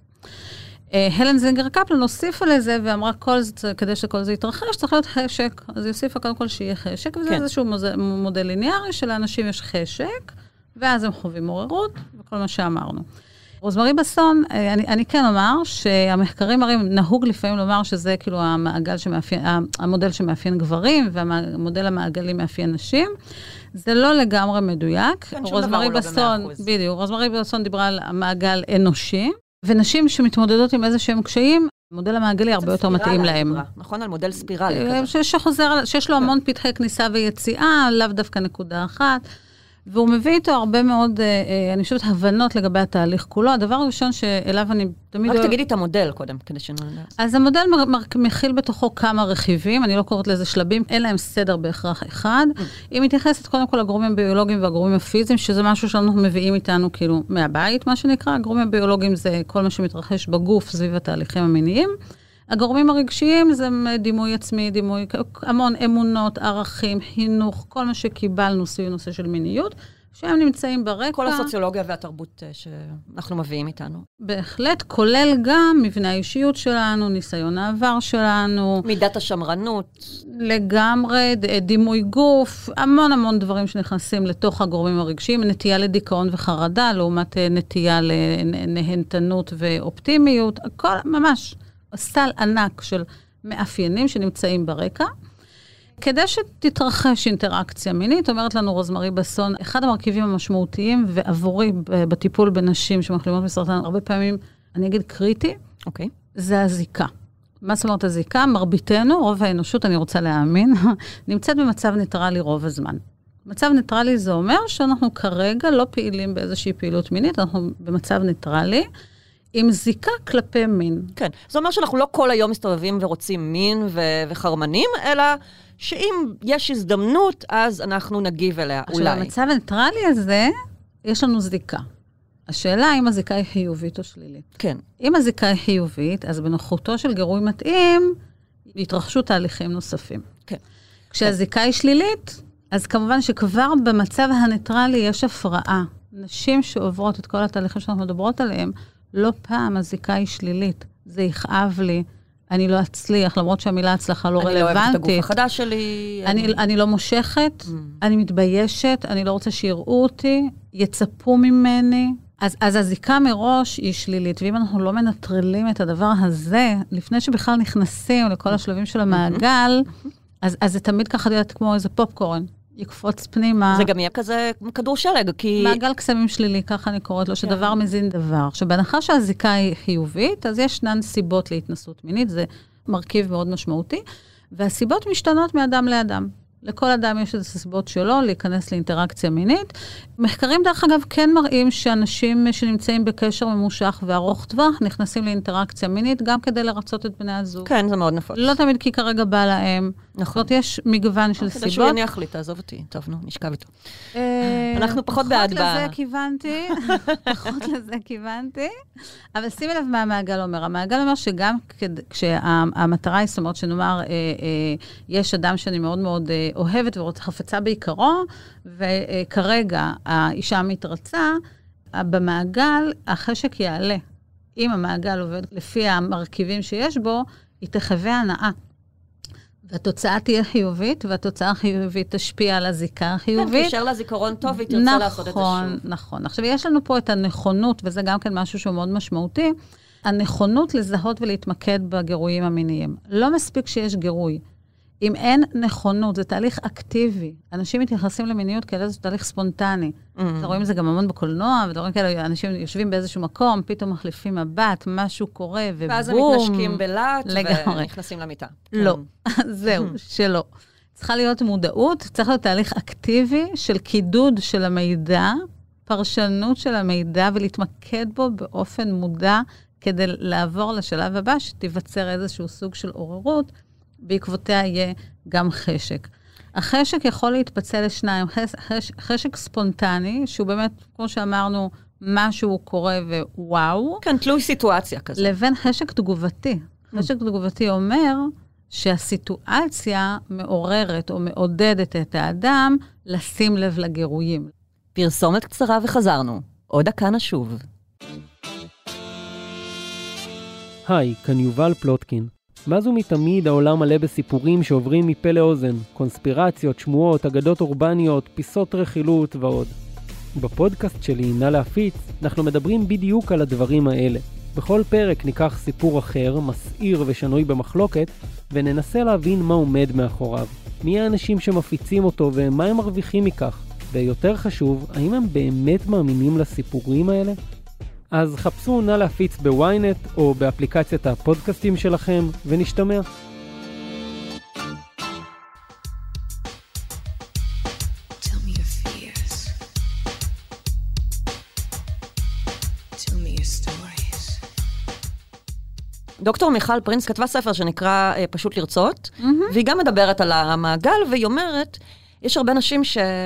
B: הלן זינגר קפלן הוסיפה לזה, ואמרה, כל זה, כדי שכל זה יתרחש, צריך להיות חשק. אז היא הוסיפה קודם כל שיהיה חשק, וזה כן. איזשהו מודל ליניארי, שלאנשים יש חשק, ואז הם חווים עוררות, וכל מה שאמרנו. רוזמרי בסון, אני, אני כן אומר, שהמחקרים מראים, נהוג לפעמים לומר, שזה כאילו המעגל שמאפיין, המודל שמאפיין גברים, והמודל המעגלי מאפיין נשים. זה לא לגמרי מדויק.
C: כן, שום דבר הוא לא במאה אחוז.
B: בדיוק, רוזמרי בסון דיברה על המעגל אנושי, ונשים שמתמודדות עם איזה שהם קשיים, המודל המעגלי הרבה יותר מתאים להם.
C: נכון, על מודל ספירלי.
B: שחוזר, שיש לו המון פתחי כניסה ויציאה, לאו דווקא נקודה אחת, והוא מביא איתו הרבה מאוד, אני חושבת, הבנות לגבי התהליך כולו. הדבר הראשון שאליו אני תמיד...
C: רק תגידי את המודל קודם, כדי שנדע.
B: אז המודל מכיל בתוכו כמה רכיבים, אני לא קוראת לזה שלבים, אין להם סדר בהכרח אחד. היא מתייחסת קודם כל לגורמים הביולוגיים והגורמים הפיזיים, שזה משהו שאנחנו מביאים איתנו כאילו מהבית, מה שנקרא. הגורמים הביולוגיים זה כל מה שמתרחש בגוף סביב התהליכים המיניים. הגורמים הרגשיים זה דימוי עצמי, דימוי, המון אמונות, ערכים, חינוך, כל מה שקיבלנו סביב נושא של מיניות, שהם נמצאים ברקע.
C: כל הסוציולוגיה והתרבות שאנחנו מביאים איתנו.
B: בהחלט, כולל גם מבנה האישיות שלנו, ניסיון העבר שלנו.
C: מידת השמרנות.
B: לגמרי, דימוי גוף, המון המון דברים שנכנסים לתוך הגורמים הרגשיים, נטייה לדיכאון וחרדה, לעומת נטייה לנהנתנות ואופטימיות, הכל ממש. סל ענק של מאפיינים שנמצאים ברקע. כדי שתתרחש אינטראקציה מינית, אומרת לנו רוזמרי בסון, אחד המרכיבים המשמעותיים ועבורי בטיפול בנשים שמחלימות מסרטן, הרבה פעמים, אני אגיד קריטי,
C: אוקיי.
B: זה הזיקה. מה זאת אומרת הזיקה? מרביתנו, רוב האנושות, אני רוצה להאמין, נמצאת במצב ניטרלי רוב הזמן. מצב ניטרלי זה אומר שאנחנו כרגע לא פעילים באיזושהי פעילות מינית, אנחנו במצב ניטרלי, עם זיקה כלפי מין.
C: כן, זה אומר שאנחנו לא כל היום מסתובבים ורוצים מין ו- וחרמנים, אלא שאם יש הזדמנות, אז אנחנו נגיב אליה,
B: עכשיו,
C: אולי.
B: עכשיו, במצב הניטרלי הזה, יש לנו זיקה. השאלה האם הזיקה היא חיובית או שלילית.
C: כן.
B: אם הזיקה היא חיובית, אז בנוכחותו של גירוי מתאים, יתרחשו תהליכים נוספים.
C: כן.
B: כשהזיקה היא שלילית, אז כמובן שכבר במצב הניטרלי יש הפרעה. נשים שעוברות את כל התהליכים שאנחנו מדברות עליהם, לא פעם הזיקה היא שלילית. זה יכאב לי, אני לא אצליח, למרות שהמילה הצלחה לא רלוונטית.
C: אני לא אוהבת את הגוף החדש שלי.
B: אני, אני... אני לא מושכת, mm. אני מתביישת, אני לא רוצה שיראו אותי, יצפו ממני. אז, אז הזיקה מראש היא שלילית, ואם אנחנו לא מנטרלים את הדבר הזה, לפני שבכלל נכנסים לכל השלבים של המעגל, אז, אז זה תמיד ככה להיות כמו איזה פופקורן. יקפוץ פנימה.
C: זה גם יהיה כזה כדור שלג, כי...
B: מעגל קסמים שלילי, ככה אני קוראת לו, שדבר מזין דבר. שבהנחה שהזיקה היא חיובית, אז יש שתן סיבות להתנסות מינית, זה מרכיב מאוד משמעותי, והסיבות משתנות מאדם לאדם. לכל אדם יש איזה סיבות שלו להיכנס לאינטראקציה מינית. מחקרים דרך אגב כן מראים שאנשים שנמצאים בקשר ממושך וארוך טווח, נכנסים לאינטראקציה מינית, גם כדי לרצות את בני הזוג.
C: כן, זה מאוד נפוץ.
B: לא תמיד כי כרגע בא להם. נכון. זאת יש מגוון של סיבות. כדי שהוא
C: יניח לי, תעזוב אותי. טוב, נו, נשכב איתו. אנחנו פחות בעד בה.
B: פחות לזה כיוונתי, פחות לזה כיוונתי. אבל שימי לב מה המעגל אומר. המעגל אומר שגם כשהמטרה היא, זאת אומרת שנאמר, יש אדם שאני מאוד מאוד אוהבת וחפצה בעיקרו, וכרגע האישה מתרצה, במעגל החשק יעלה. אם המעגל עובד לפי המרכיבים שיש בו, היא תחווה הנאה. והתוצאה תהיה חיובית, והתוצאה החיובית תשפיע על הזיקה החיובית.
C: כן, תישאר לה זיכרון טוב, והיא תרצה לעשות את זה שוב.
B: נכון, נכון. עכשיו, יש לנו פה את הנכונות, וזה גם כן משהו שהוא מאוד משמעותי, הנכונות לזהות ולהתמקד בגירויים המיניים. לא מספיק שיש גירוי. אם אין נכונות, זה תהליך אקטיבי. אנשים מתייחסים למיניות כאלה, זה תהליך ספונטני. Mm-hmm. אתה רואים את זה גם המון בקולנוע, ודברים כאלה, אנשים יושבים באיזשהו מקום, פתאום מחליפים מבט, משהו קורה, ובום.
C: ואז הם מתנשקים בלט, ונכנסים למיטה.
B: לא, זהו, שלא. צריכה להיות מודעות, צריך להיות תהליך אקטיבי של קידוד של המידע, פרשנות של המידע, ולהתמקד בו באופן מודע, כדי לעבור לשלב הבא, שתיווצר איזשהו סוג של עוררות, בעקבותיה יהיה גם חשק. החשק יכול להתפצל לשניים, חש, חשק ספונטני, שהוא באמת, כמו שאמרנו, משהו קורה ווואו.
C: כן, תלוי סיטואציה כזה.
B: לבין חשק תגובתי. חשק תגובתי אומר שהסיטואציה מעוררת או מעודדת את האדם לשים לב לגירויים.
C: פרסומת קצרה וחזרנו. עוד דקה נשוב.
D: היי, כאן יובל פלוטקין. מאז ומתמיד העולם מלא בסיפורים שעוברים מפה לאוזן, קונספירציות, שמועות, אגדות אורבניות, פיסות רכילות ועוד. בפודקאסט שלי, נא להפיץ, אנחנו מדברים בדיוק על הדברים האלה. בכל פרק ניקח סיפור אחר, מסעיר ושנוי במחלוקת, וננסה להבין מה עומד מאחוריו. מי האנשים שמפיצים אותו ומה הם מרוויחים מכך. ויותר חשוב, האם הם באמת מאמינים לסיפורים האלה? אז חפשו נא להפיץ בוויינט או באפליקציית הפודקאסטים שלכם, ונשתמע.
C: דוקטור מיכל פרינס כתבה ספר שנקרא אה, פשוט לרצות, mm-hmm. והיא גם מדברת על המעגל, והיא אומרת, יש הרבה נשים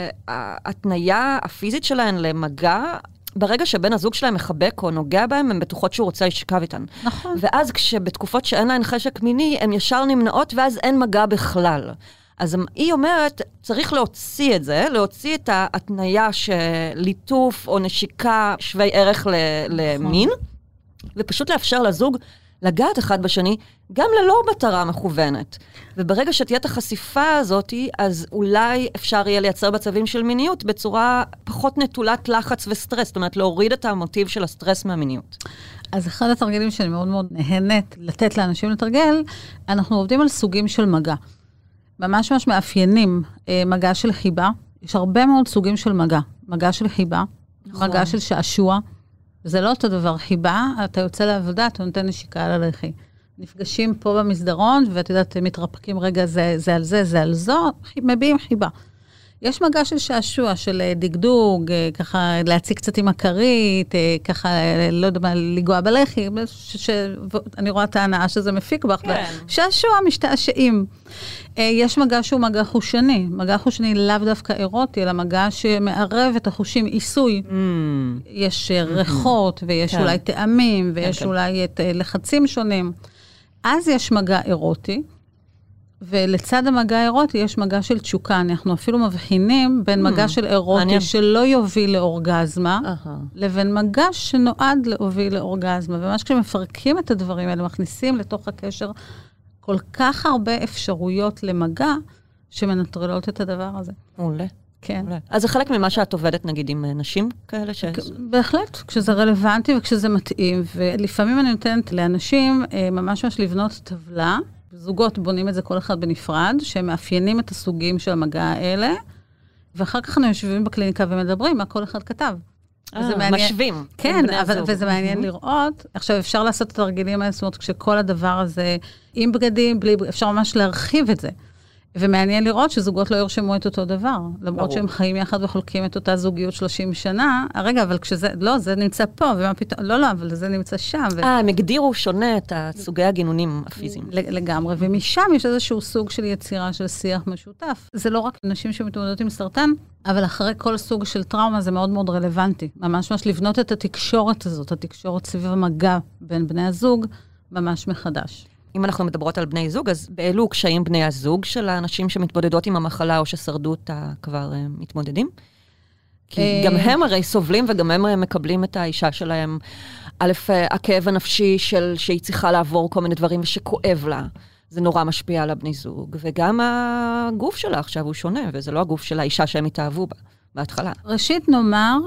C: שההתניה הפיזית שלהן למגע, ברגע שבן הזוג שלהם מחבק או נוגע בהם, הן בטוחות שהוא רוצה לשכב איתן.
B: נכון.
C: ואז כשבתקופות שאין להן חשק מיני, הן ישר נמנעות, ואז אין מגע בכלל. אז היא אומרת, צריך להוציא את זה, להוציא את ההתניה של ליטוף או נשיקה שווי ערך למין, ופשוט לאפשר לזוג לגעת אחד בשני, גם ללא מטרה מכוונת. וברגע שתהיה את החשיפה הזאת, אז אולי אפשר יהיה לייצר בצבים של מיניות בצורה פחות נטולת לחץ וסטרס, זאת אומרת, להוריד את המוטיב של הסטרס מהמיניות.
B: אז אחד התרגילים שאני מאוד מאוד נהנית לתת לאנשים לתרגל, אנחנו עובדים על סוגים של מגע. ממש ממש מאפיינים מגע של חיבה. יש הרבה מאוד סוגים של מגע. מגע של חיבה, נכון. מגע של שעשוע, זה לא אותו דבר. חיבה, אתה יוצא לעבודה, אתה נותן נשיקה על הלחי. נפגשים פה במסדרון, ואת יודעת, מתרפקים רגע זה, זה על זה, זה על זו, מביאים חיבה. יש מגע של שעשוע, של דגדוג, ככה להציג קצת עם הכרית, ככה, לא יודע מה, לגוע בלחי, שאני רואה את ההנאה שזה מפיק בך, כן. שעשוע משתעשעים. יש מגע שהוא מגע חושני, מגע חושני לאו דווקא אירוטי, אלא מגע שמערב את החושים עיסוי. Mm. יש ריחות, ויש כן. אולי טעמים, ויש כן, אולי את לחצים שונים. אז יש מגע אירוטי, ולצד המגע האירוטי יש מגע של תשוקה. אנחנו אפילו מבחינים בין mm. מגע של אירוטי אני... שלא יוביל לאורגזמה, uh-huh. לבין מגע שנועד להוביל לאורגזמה. וממש כשמפרקים את הדברים האלה, מכניסים לתוך הקשר כל כך הרבה אפשרויות למגע, שמנטרלות את הדבר הזה.
C: עולה.
B: כן.
C: עולה. אז זה חלק ממה שאת עובדת, נגיד, עם נשים כאלה ש...
B: בהחלט, כשזה רלוונטי וכשזה מתאים. ולפעמים אני נותנת לאנשים ממש ממש לבנות טבלה, זוגות בונים את זה כל אחד בנפרד, שהם מאפיינים את הסוגים של המגע האלה, ואחר כך אנחנו יושבים בקליניקה ומדברים מה כל אחד כתב.
C: אה, משווים.
B: כן, אבל, וזה מעניין לראות. עכשיו אפשר לעשות את הרגילים האלה, זאת אומרת, כשכל הדבר הזה, עם בגדים, בלי, אפשר ממש להרחיב את זה. ומעניין לראות שזוגות לא ירשמו את אותו דבר, למרות שהם חיים יחד וחולקים את אותה זוגיות שלושים שנה. רגע, אבל כשזה, לא, זה נמצא פה, ומה פתאום, לא, לא, אבל זה נמצא שם.
C: אה, הם הגדירו שונה את סוגי הגינונים הפיזיים.
B: לגמרי, ומשם יש איזשהו סוג של יצירה של שיח משותף. זה לא רק נשים שמתמודדות עם סרטן, אבל אחרי כל סוג של טראומה זה מאוד מאוד רלוונטי. ממש ממש לבנות את התקשורת הזאת, התקשורת סביב המגע בין בני הזוג, ממש מחדש.
C: אם אנחנו מדברות על בני זוג, אז באילו קשיים בני הזוג של האנשים שמתמודדות עם המחלה או ששרדו אותה כבר מתמודדים? כי גם הם הרי סובלים וגם הם מקבלים את האישה שלהם. א', הכאב הנפשי של שהיא צריכה לעבור כל מיני דברים ושכואב לה. זה נורא משפיע על הבני זוג. וגם הגוף שלה עכשיו הוא שונה, וזה לא הגוף של האישה שהם התאהבו בה. בהתחלה.
B: ראשית נאמר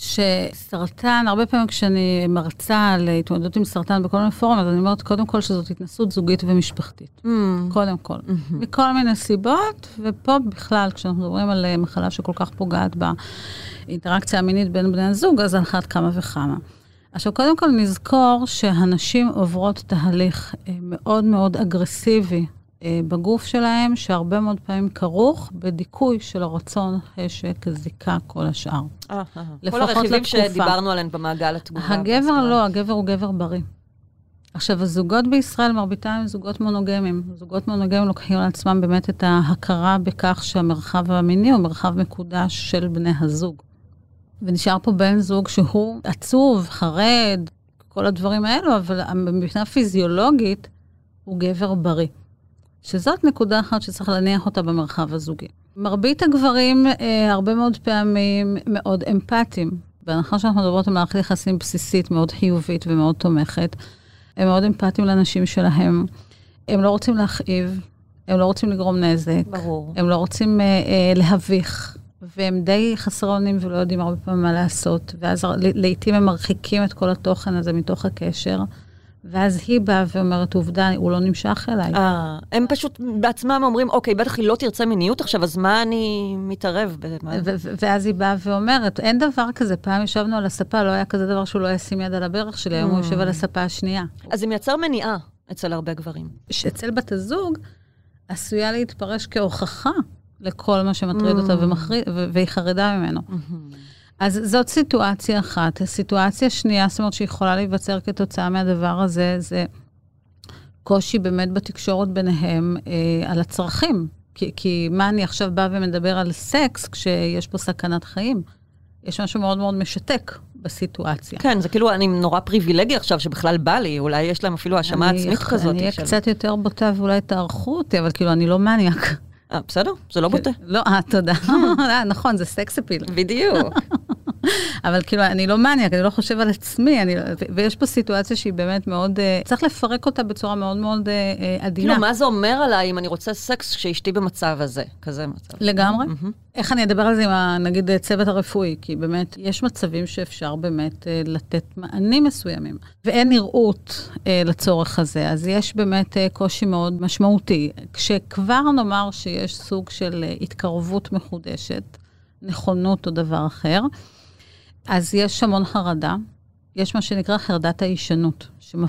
B: שסרטן, הרבה פעמים כשאני מרצה על התמודדות עם סרטן בכל מיני פורום, אז אני אומרת קודם כל שזאת התנסות זוגית ומשפחתית. Mm. קודם כל. Mm-hmm. מכל מיני סיבות, ופה בכלל, כשאנחנו מדברים על מחלה שכל כך פוגעת באינטראקציה המינית בין בני הזוג, אז על אחת כמה וכמה. עכשיו, קודם כל נזכור שהנשים עוברות תהליך מאוד מאוד אגרסיבי, בגוף שלהם, שהרבה מאוד פעמים כרוך בדיכוי של הרצון, חשק, זיקה, כל השאר.
C: כל הרכיבים שדיברנו עליהן במעגל התגובה.
B: הגבר לא, הגבר הוא גבר בריא. עכשיו, הזוגות בישראל, מרביתם הם זוגות מונוגמים. זוגות מונוגמים לוקחים על עצמם באמת את ההכרה בכך שהמרחב המיני הוא מרחב מקודש של בני הזוג. ונשאר פה בן זוג שהוא עצוב, חרד, כל הדברים האלו, אבל מבחינה פיזיולוגית הוא גבר בריא. שזאת נקודה אחת שצריך להניח אותה במרחב הזוגי. מרבית הגברים אה, הרבה מאוד פעמים מאוד אמפתיים. בהנחה שאנחנו מדברות על מערכת יחסים בסיסית מאוד חיובית ומאוד תומכת, הם מאוד אמפתיים לאנשים שלהם. הם לא רוצים להכאיב, הם לא רוצים לגרום נזק.
C: ברור.
B: הם לא רוצים אה, אה, להביך, והם די חסרונים ולא יודעים הרבה פעמים מה לעשות. ואז לעתים הם מרחיקים את כל התוכן הזה מתוך הקשר, ואז היא באה ואומרת, עובדה, הוא לא נמשך אליי.
C: אה, הם פשוט בעצמם אומרים, אוקיי, בטח היא לא תרצה מיניות עכשיו, אז מה אני מתערב?
B: ואז היא באה ואומרת, אין דבר כזה, פעם ישבנו על הספה, לא היה כזה דבר שהוא לא ישים יד על הברך שלי, היום הוא יושב על הספה השנייה.
C: אז זה מייצר מניעה אצל הרבה גברים.
B: שאצל בת הזוג עשויה להתפרש כהוכחה לכל מה שמטריד אותה והיא חרדה ממנו. אז זאת סיטואציה אחת. הסיטואציה שנייה, זאת אומרת, שיכולה להיווצר כתוצאה מהדבר הזה, זה קושי באמת בתקשורת ביניהם אה, על הצרכים. כי, כי מה אני עכשיו באה ומדבר על סקס כשיש פה סכנת חיים? יש משהו מאוד מאוד משתק בסיטואציה.
C: כן, זה כאילו, אני נורא פריבילגי עכשיו שבכלל בא לי, אולי יש להם אפילו האשמה עצמית כזאת.
B: אני אהיה קצת יותר בוטה ואולי תערכו אותי, אבל כאילו, אני לא מניאק.
C: אה, בסדר, זה לא בוטה.
B: לא, אה, תודה. נכון, זה סקס אפיל.
C: בדיוק.
B: אבל כאילו, אני לא מניאק, אני לא חושב על עצמי, אני, ויש פה סיטואציה שהיא באמת מאוד, צריך לפרק אותה בצורה מאוד מאוד עדינה.
C: כאילו, מה זה אומר עליי אם אני רוצה סקס כשאשתי במצב הזה? כזה מצב.
B: לגמרי. איך אני אדבר על זה עם, נגיד, צוות הרפואי? כי באמת, יש מצבים שאפשר באמת לתת מענים מסוימים, ואין נראות לצורך הזה, אז יש באמת קושי מאוד משמעותי. כשכבר נאמר שיש סוג של התקרבות מחודשת, נכונות או דבר אחר, אז יש המון חרדה. יש מה שנקרא חרדת האישנות,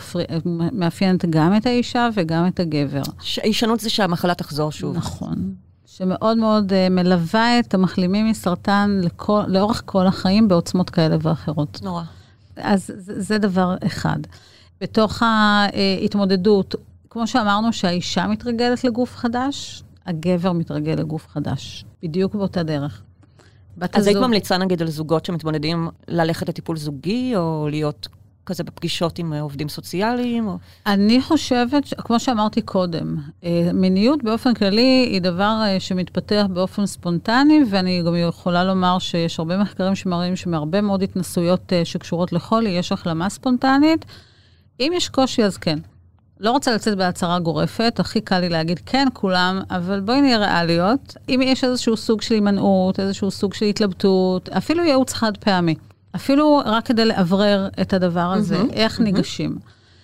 B: שמאפיינת גם את האישה וגם את הגבר.
C: האישנות זה שהמחלה תחזור שוב.
B: נכון. שמאוד מאוד uh, מלווה את המחלימים מסרטן לכל, לאורך כל החיים בעוצמות כאלה ואחרות.
C: נורא.
B: אז זה, זה דבר אחד. בתוך ההתמודדות, כמו שאמרנו שהאישה מתרגלת לגוף חדש, הגבר מתרגל לגוף חדש. בדיוק באותה דרך.
C: אז היית ממליצה נגיד על זוגות שמתמודדים ללכת לטיפול זוגי, או להיות כזה בפגישות עם עובדים סוציאליים? או...
B: אני חושבת, כמו שאמרתי קודם, מיניות באופן כללי היא דבר שמתפתח באופן ספונטני, ואני גם יכולה לומר שיש הרבה מחקרים שמראים שמהרבה מאוד התנסויות שקשורות לחולי, יש החלמה ספונטנית. אם יש קושי, אז כן. לא רוצה לצאת בהצהרה גורפת, הכי קל לי להגיד כן כולם, אבל בואי נהיה ריאליות. אם יש איזשהו סוג של הימנעות, איזשהו סוג של התלבטות, אפילו ייעוץ חד פעמי, אפילו רק כדי לעברר את הדבר הזה, mm-hmm, איך mm-hmm. ניגשים.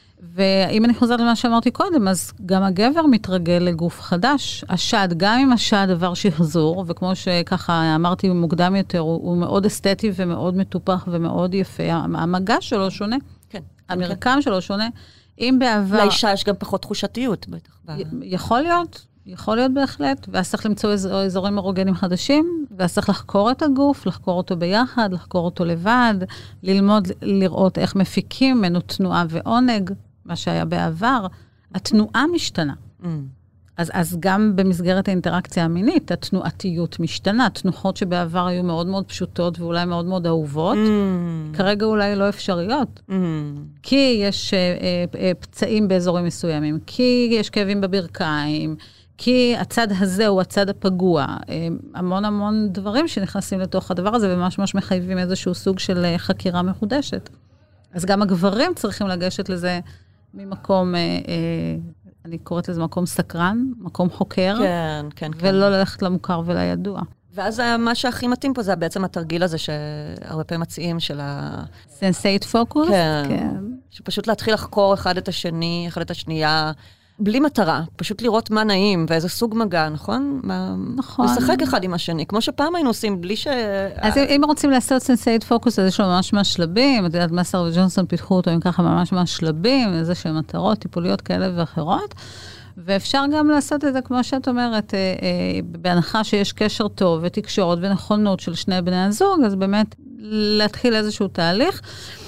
B: ואם אני חוזרת למה שאמרתי קודם, אז גם הגבר מתרגל לגוף חדש. השד, גם אם השד דבר שחזור, וכמו שככה אמרתי מוקדם יותר, הוא, הוא מאוד אסתטי ומאוד מטופח ומאוד יפה. המגע שלו שונה. כן. המרקם כן. שלו שונה. אם בעבר...
C: לאישה יש גם פחות תחושתיות, בטח.
B: יכול להיות, יכול להיות בהחלט, ואז צריך למצוא אזור, אזורים אורוגנים חדשים, ואז צריך לחקור את הגוף, לחקור אותו ביחד, לחקור אותו לבד, ללמוד, לראות איך מפיקים ממנו תנועה ועונג, מה שהיה בעבר. התנועה משתנה. Mm. אז, אז גם במסגרת האינטראקציה המינית, התנועתיות משתנה. תנוחות שבעבר היו מאוד מאוד פשוטות ואולי מאוד מאוד אהובות, mm. כרגע אולי לא אפשריות. Mm. כי יש אה, אה, פצעים באזורים מסוימים, כי יש כאבים בברכיים, כי הצד הזה הוא הצד הפגוע. אה, המון המון דברים שנכנסים לתוך הדבר הזה, וממש ממש מחייבים איזשהו סוג של אה, חקירה מחודשת. אז גם הגברים צריכים לגשת לזה ממקום... אה, אה, אני קוראת לזה מקום סקרן, מקום חוקר,
C: כן, כן,
B: ולא כן. ללכת למוכר ולידוע.
C: ואז מה שהכי מתאים פה זה בעצם התרגיל הזה שהרבה פעמים מציעים של ה...
B: סנסייט פוקוס?
C: כן. כן. שפשוט להתחיל לחקור אחד את השני, אחד את השנייה, בלי מטרה, פשוט לראות מה נעים ואיזה סוג מגע, נכון?
B: נכון.
C: לשחק אחד עם השני, כמו שפעם היינו עושים בלי ש...
B: אז אם רוצים לעשות סנסייט פוקוס, אז יש לו ממש ממש שלבים, את יודעת, מסר וג'ונסון פיתחו אותו עם ככה ממש ממש שלבים, איזה שהם מטרות, טיפוליות כאלה ואחרות, ואפשר גם לעשות את זה, כמו שאת אומרת, בהנחה שיש קשר טוב ותקשורת ונכונות של שני בני הזוג, אז באמת להתחיל איזשהו תהליך,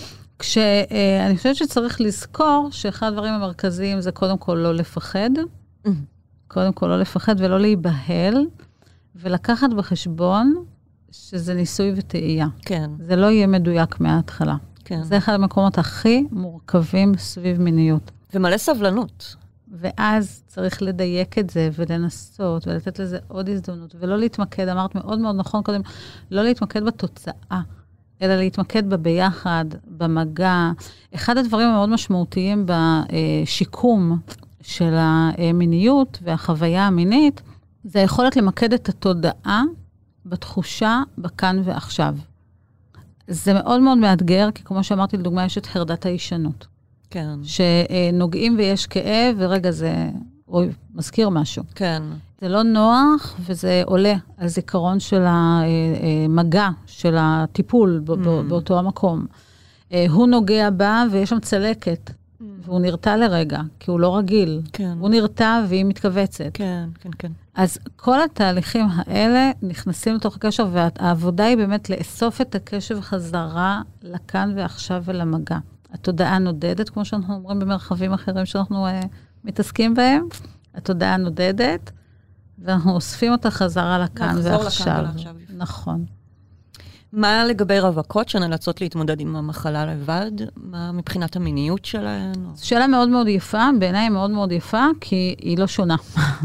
B: כשאני חושבת שצריך לזכור שאחד הדברים המרכזיים זה קודם כל לא לפחד, קודם כל לא לפחד ולא להיבהל, ולקחת בחשבון שזה ניסוי וטעייה.
C: כן.
B: זה לא יהיה מדויק מההתחלה.
C: כן.
B: זה אחד המקומות הכי מורכבים סביב מיניות.
C: ומלא סבלנות.
B: ואז צריך לדייק את זה ולנסות ולתת לזה עוד הזדמנות, ולא להתמקד, אמרת מאוד מאוד נכון קודם, לא להתמקד בתוצאה, אלא להתמקד בביחד, במגע. אחד הדברים המאוד משמעותיים בשיקום של המיניות והחוויה המינית, זה היכולת למקד את התודעה בתחושה בכאן ועכשיו. זה מאוד מאוד מאתגר, כי כמו שאמרתי, לדוגמה, יש את חרדת הישנות.
C: כן.
B: שנוגעים ויש כאב, ורגע זה, אוי, מזכיר משהו.
C: כן.
B: זה לא נוח, וזה עולה על זיכרון של המגע, של הטיפול ב- mm. באותו המקום. הוא נוגע בה, ויש שם צלקת, mm. והוא נרתע לרגע, כי הוא לא רגיל.
C: כן.
B: הוא נרתע, והיא מתכווצת.
C: כן, כן, כן.
B: אז כל התהליכים האלה נכנסים לתוך הקשר, והעבודה היא באמת לאסוף את הקשב חזרה לכאן ועכשיו ולמגע. התודעה נודדת, כמו שאנחנו אומרים במרחבים אחרים שאנחנו uh, מתעסקים בהם, התודעה נודדת, ואנחנו אוספים אותה חזרה לכאן ועכשיו. לכאן נכון.
C: מה לגבי רווקות שנאלצות להתמודד עם המחלה לבד? מה מבחינת המיניות שלהן?
B: שאלה מאוד מאוד יפה, בעיניי מאוד מאוד יפה, כי היא לא שונה.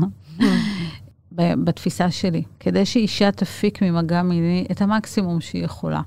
B: בתפיסה שלי. כדי שאישה תפיק ממגע מיני את המקסימום שהיא יכולה,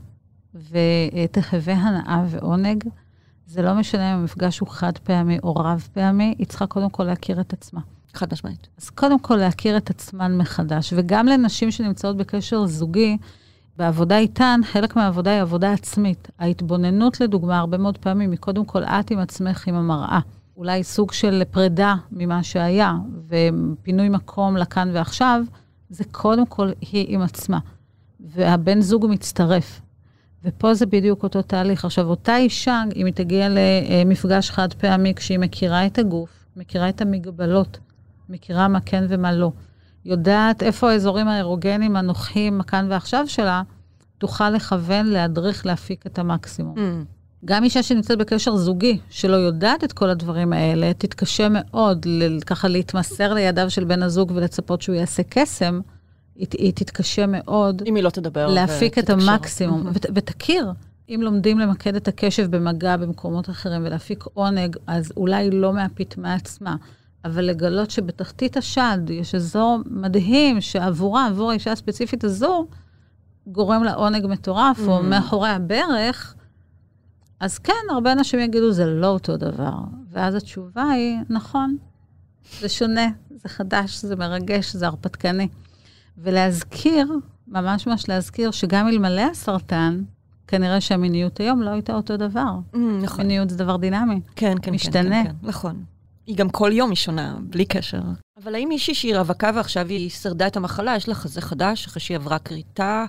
B: ותחווה הנאה ועונג, זה לא משנה אם המפגש הוא חד פעמי או רב פעמי, היא צריכה קודם כל להכיר את עצמה.
C: חד משמעית.
B: אז קודם כל להכיר את עצמן מחדש, וגם לנשים שנמצאות בקשר זוגי, בעבודה איתן, חלק מהעבודה היא עבודה עצמית. ההתבוננות לדוגמה, הרבה מאוד פעמים, היא קודם כל את עם עצמך עם המראה. אולי סוג של פרידה ממה שהיה, ופינוי מקום לכאן ועכשיו, זה קודם כל היא עם עצמה. והבן זוג מצטרף. ופה זה בדיוק אותו תהליך. עכשיו, אותה אישה, אם היא תגיע למפגש חד פעמי, כשהיא מכירה את הגוף, מכירה את המגבלות, מכירה מה כן ומה לא, יודעת איפה האזורים האירוגנים הנוחים, כאן ועכשיו שלה, תוכל לכוון, להדריך, להפיק את המקסימום. Mm. גם אישה שנמצאת בקשר זוגי, שלא יודעת את כל הדברים האלה, תתקשה מאוד ככה להתמסר לידיו של בן הזוג ולצפות שהוא יעשה קסם, היא, היא תתקשה מאוד
C: אם היא לא תדבר
B: להפיק
C: ותתקשר.
B: את המקסימום. ות, ותכיר, אם לומדים למקד את הקשב במגע במקומות אחרים ולהפיק עונג, אז אולי לא מהפית מעצמה, אבל לגלות שבתחתית השד יש אזור מדהים שעבורה, עבור האישה הספציפית הזו, גורם לה עונג מטורף, mm. או מאחורי הברך, אז כן, הרבה אנשים יגידו, זה לא אותו דבר. ואז התשובה היא, נכון, זה שונה, זה חדש, זה מרגש, זה הרפתקני. ולהזכיר, ממש ממש להזכיר, שגם אלמלא הסרטן, כנראה שהמיניות היום לא הייתה אותו דבר. Mm, נכון. מיניות זה דבר דינמי.
C: כן, כן,
B: משתנה.
C: כן, כן, כן, נכון. היא גם כל יום היא שונה, בלי קשר. אבל האם מישהי שהיא רווקה ועכשיו היא שרדה את המחלה, יש לה חזה חדש, אחרי שהיא עברה כריתה,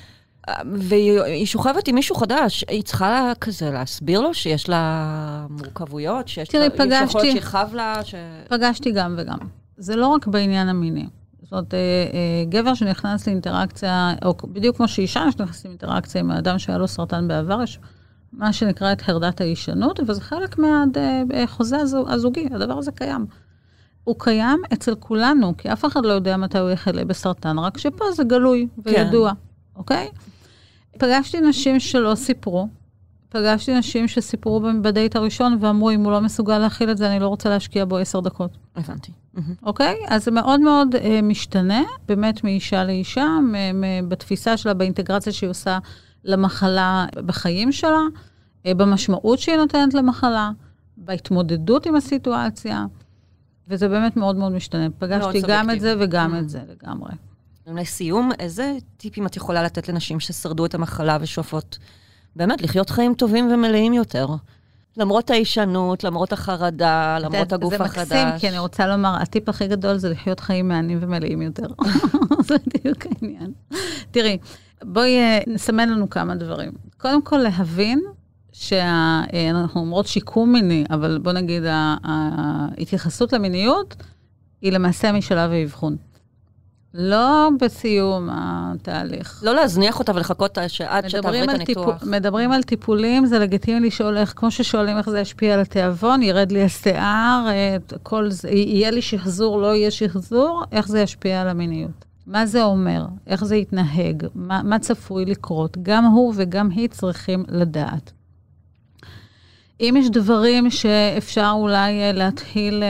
C: והיא שוכבת עם מישהו חדש, היא צריכה כזה להסביר לו שיש לה מורכבויות, שיש
B: תראי,
C: לה,
B: פגשתי,
C: יש יכולת שיחב לה, ש...
B: פגשתי גם וגם. זה לא רק בעניין המיני. זאת אומרת, גבר שנכנס לאינטראקציה, או בדיוק כמו שאישה שנכנס לאינטראקציה עם האדם שהיה לו סרטן בעבר, יש מה שנקרא את חרדת הישנות, וזה חלק מהחוזה הזוגי, הדבר הזה קיים. הוא קיים אצל כולנו, כי אף אחד לא יודע מתי הוא יחלה בסרטן, רק שפה זה גלוי וידוע, אוקיי? פגשתי נשים שלא סיפרו, פגשתי נשים שסיפרו בדייט הראשון, ואמרו, אם הוא לא מסוגל להכיל את זה, אני לא רוצה להשקיע בו עשר דקות.
C: הבנתי.
B: אוקיי? אז זה מאוד מאוד אה, משתנה, באמת מאישה לאישה, מ- מ- בתפיסה שלה, באינטגרציה שהיא עושה למחלה בחיים שלה, אה, במשמעות שהיא נותנת למחלה, בהתמודדות עם הסיטואציה, וזה באמת מאוד מאוד משתנה. פגשתי גם את זה וגם את זה לגמרי.
C: לסיום, איזה טיפים את יכולה לתת לנשים ששרדו את המחלה ושואפות באמת לחיות חיים טובים ומלאים יותר? למרות הישנות, למרות החרדה, למרות הגוף החדש.
B: זה מקסים, כי אני רוצה לומר, הטיפ הכי גדול זה לחיות חיים מעניינים ומלאים יותר. זה בדיוק העניין. תראי, בואי נסמן לנו כמה דברים. קודם כל להבין שאנחנו אומרות שיקום מיני, אבל בוא נגיד, ההתייחסות למיניות היא למעשה משלב האבחון. לא בסיום התהליך.
C: לא להזניח אותה ולחכות שעד שתעברי את הניתוח.
B: מדברים על טיפולים, זה לגיטימי לשאול איך, כמו ששואלים איך זה ישפיע על התיאבון, ירד לי השיער, כל זה, יהיה לי שחזור, לא יהיה שחזור, איך זה ישפיע על המיניות. מה זה אומר? איך זה יתנהג? מה, מה צפוי לקרות? גם הוא וגם היא צריכים לדעת. אם יש דברים שאפשר אולי להתחיל אה,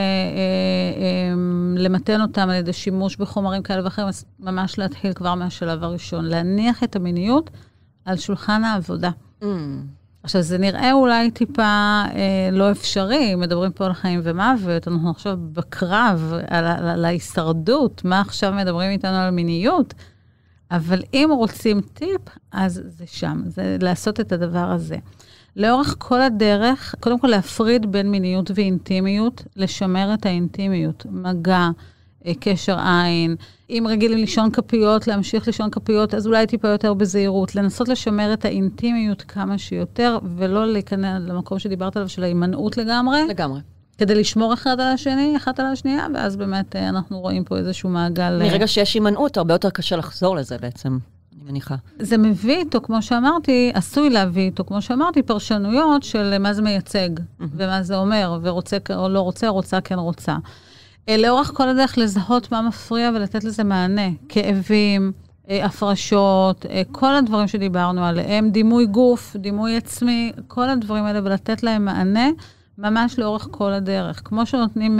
B: אה, למתן אותם על ידי שימוש בחומרים כאלה ואחרים, אז ממש להתחיל כבר מהשלב הראשון. להניח את המיניות על שולחן העבודה. Mm. עכשיו, זה נראה אולי טיפה אה, לא אפשרי, מדברים פה על חיים ומוות, אנחנו עכשיו בקרב על, על, על ההישרדות, מה עכשיו מדברים איתנו על מיניות, אבל אם רוצים טיפ, אז זה שם, זה לעשות את הדבר הזה. לאורך כל הדרך, קודם כל להפריד בין מיניות ואינטימיות, לשמר את האינטימיות, מגע, קשר עין. אם רגילים לישון כפיות, להמשיך לישון כפיות, אז אולי טיפה יותר בזהירות. לנסות לשמר את האינטימיות כמה שיותר, ולא להיכנס למקום שדיברת עליו של ההימנעות לגמרי.
C: לגמרי.
B: כדי לשמור אחד על השני, אחת על השנייה, ואז באמת אנחנו רואים פה איזשהו מעגל.
C: מרגע שיש הימנעות, הרבה יותר קשה לחזור לזה בעצם. אני מניחה.
B: זה מביא איתו, כמו שאמרתי, עשוי להביא איתו, כמו שאמרתי, פרשנויות של מה זה מייצג, mm-hmm. ומה זה אומר, ורוצה או לא רוצה, רוצה, כן רוצה. לאורך כל הדרך לזהות מה מפריע ולתת לזה מענה. כאבים, הפרשות, כל הדברים שדיברנו עליהם, דימוי גוף, דימוי עצמי, כל הדברים האלה, ולתת להם מענה ממש לאורך כל הדרך. כמו שנותנים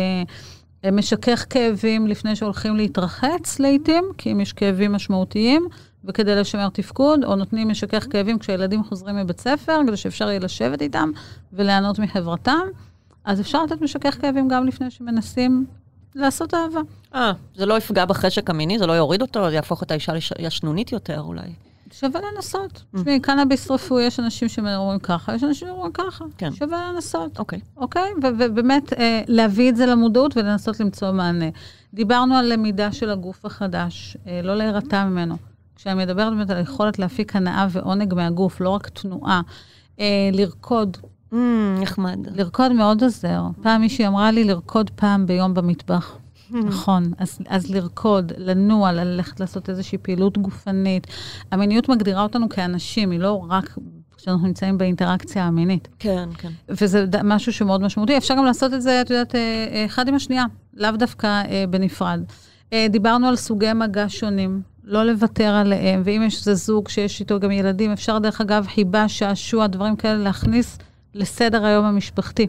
B: אה, משכך כאבים לפני שהולכים להתרחץ לעתים, כי אם יש כאבים משמעותיים, וכדי לשמר תפקוד, או נותנים משכך כאבים כשהילדים חוזרים מבית ספר, כדי שאפשר יהיה לשבת איתם ולענות מחברתם, אז אפשר לתת משכך כאבים גם לפני שמנסים לעשות אהבה.
C: אה, זה לא יפגע בחשק המיני, זה לא יוריד אותו, זה יהפוך את האישה לישנונית יותר אולי.
B: שווה לנסות. תשמעי, קנאביס רפואי, יש אנשים שאומרים ככה, יש אנשים שאומרים ככה.
C: כן.
B: שווה לנסות.
C: אוקיי.
B: אוקיי? ובאמת, אה, להביא את זה למודעות ולנסות למצוא מענה. דיברנו על למידה של הגוף החדש, אה, לא להירתע ממנו. כשאני מדברת באמת על יכולת להפיק הנאה ועונג מהגוף, לא רק תנועה, אה, לרקוד.
C: Mm, נחמד.
B: לרקוד מאוד עוזר. פעם מישהי אמרה לי לרקוד פעם ביום במטבח. נכון, אז, אז לרקוד, לנוע, ללכת לעשות איזושהי פעילות גופנית. המיניות מגדירה אותנו כאנשים, היא לא רק כשאנחנו נמצאים באינטראקציה המינית.
C: כן, כן.
B: וזה משהו שמאוד משמעותי. אפשר גם לעשות את זה, את יודעת, אחד עם השנייה, לאו דווקא בנפרד. דיברנו על סוגי מגע שונים, לא לוותר עליהם, ואם יש איזה זוג שיש איתו גם ילדים, אפשר דרך אגב חיבה, שעשוע, דברים כאלה להכניס לסדר היום המשפחתי.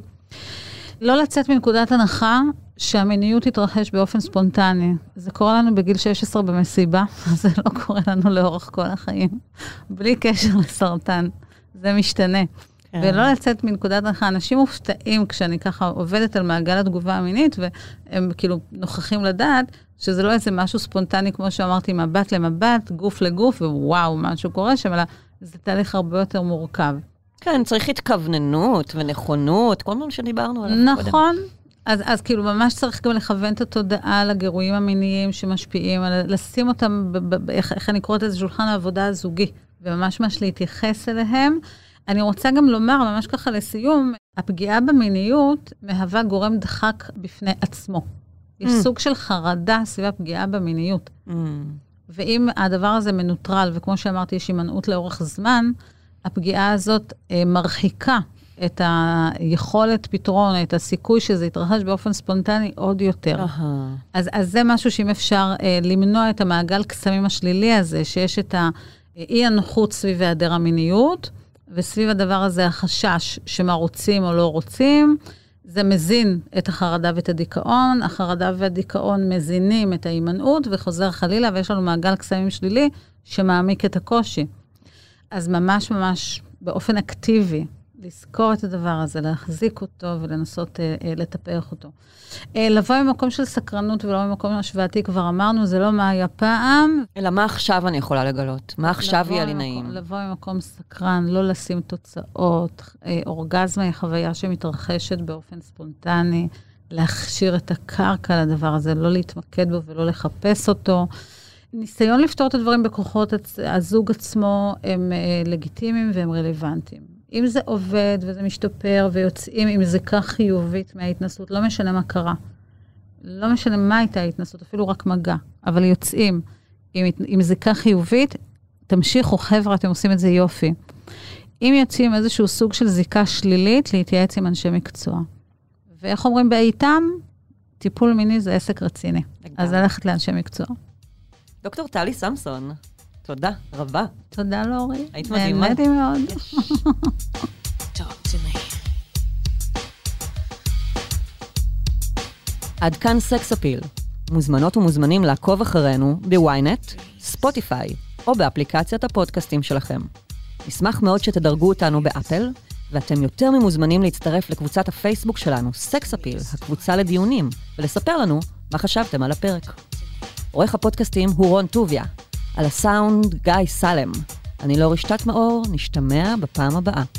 B: לא לצאת מנקודת הנחה שהמיניות תתרחש באופן ספונטני. זה קורה לנו בגיל שש עשרה במסיבה, זה לא קורה לנו לאורך כל החיים. בלי קשר לסרטן. זה משתנה. כן. ולא לצאת מנקודת הנחה. אנשים מופתעים כשאני ככה עובדת על מעגל התגובה המינית, והם כאילו נוכחים לדעת שזה לא איזה משהו ספונטני, כמו שאמרתי, מבט למבט, גוף לגוף, ווואו, משהו קורה שם, אלא זה תהליך הרבה יותר מורכב.
C: כן, צריך התכווננות ונכונות, כל מה שדיברנו עליו.
B: נכון. אז, אז כאילו ממש צריך גם לכוון את התודעה לגירויים המיניים שמשפיעים, לשים אותם, ב, ב, איך, איך אני קוראת את זה, שולחן העבודה הזוגי, וממש ממש להתייחס אליהם. אני רוצה גם לומר, ממש ככה לסיום, הפגיעה במיניות מהווה גורם דחק בפני עצמו. יש mm. סוג של חרדה סביב הפגיעה במיניות. Mm. ואם הדבר הזה מנוטרל, וכמו שאמרתי, יש הימנעות לאורך זמן, הפגיעה הזאת אה, מרחיקה את היכולת פתרון, את הסיכוי שזה יתרחש באופן ספונטני עוד יותר. Uh-huh. אז, אז זה משהו שאם אפשר אה, למנוע את המעגל קסמים השלילי הזה, שיש את האי הנוחות סביב היעדר המיניות, וסביב הדבר הזה החשש שמה רוצים או לא רוצים, זה מזין את החרדה ואת הדיכאון, החרדה והדיכאון מזינים את ההימנעות, וחוזר חלילה, ויש לנו מעגל קסמים שלילי שמעמיק את הקושי. אז ממש ממש באופן אקטיבי, לזכור את הדבר הזה, להחזיק אותו ולנסות אה, אה, לטפח אותו. אה, לבוא ממקום של סקרנות ולא ממקום השוואתי, כבר אמרנו, זה לא מה היה פעם.
C: אלא מה עכשיו אני יכולה לגלות? מה עכשיו יהיה לי נעים?
B: לבוא ממקום סקרן, לא לשים תוצאות. אה, אורגזמה היא חוויה שמתרחשת באופן ספונטני, להכשיר את הקרקע לדבר הזה, לא להתמקד בו ולא לחפש אותו. ניסיון לפתור את הדברים בכוחות הזוג עצמו הם אה, לגיטימיים והם רלוונטיים. אם זה עובד וזה משתפר ויוצאים עם זיקה חיובית מההתנסות, לא משנה מה קרה. לא משנה מה הייתה ההתנסות, אפילו רק מגע. אבל יוצאים עם, עם זיקה חיובית, תמשיכו, חבר'ה, אתם עושים את זה יופי. אם יוצאים איזשהו סוג של זיקה שלילית, להתייעץ עם אנשי מקצוע. ואיך אומרים בעיתם? טיפול מיני זה עסק רציני. אז ללכת לאנשי מקצוע.
C: דוקטור טלי סמסון, תודה רבה.
B: תודה לאורי.
C: היית מדהימה.
B: נהניתי מאוד.
C: עד כאן סקס אפיל. מוזמנות ומוזמנים לעקוב אחרינו בוויינט, ספוטיפיי או באפליקציית הפודקאסטים שלכם. נשמח מאוד שתדרגו אותנו באפל, ואתם יותר ממוזמנים להצטרף לקבוצת הפייסבוק שלנו, סקס אפיל, הקבוצה לדיונים, ולספר לנו מה חשבתם על הפרק. עורך הפודקאסטים הוא רון טוביה, על הסאונד גיא סלם. אני לא רשתת מאור, נשתמע בפעם הבאה.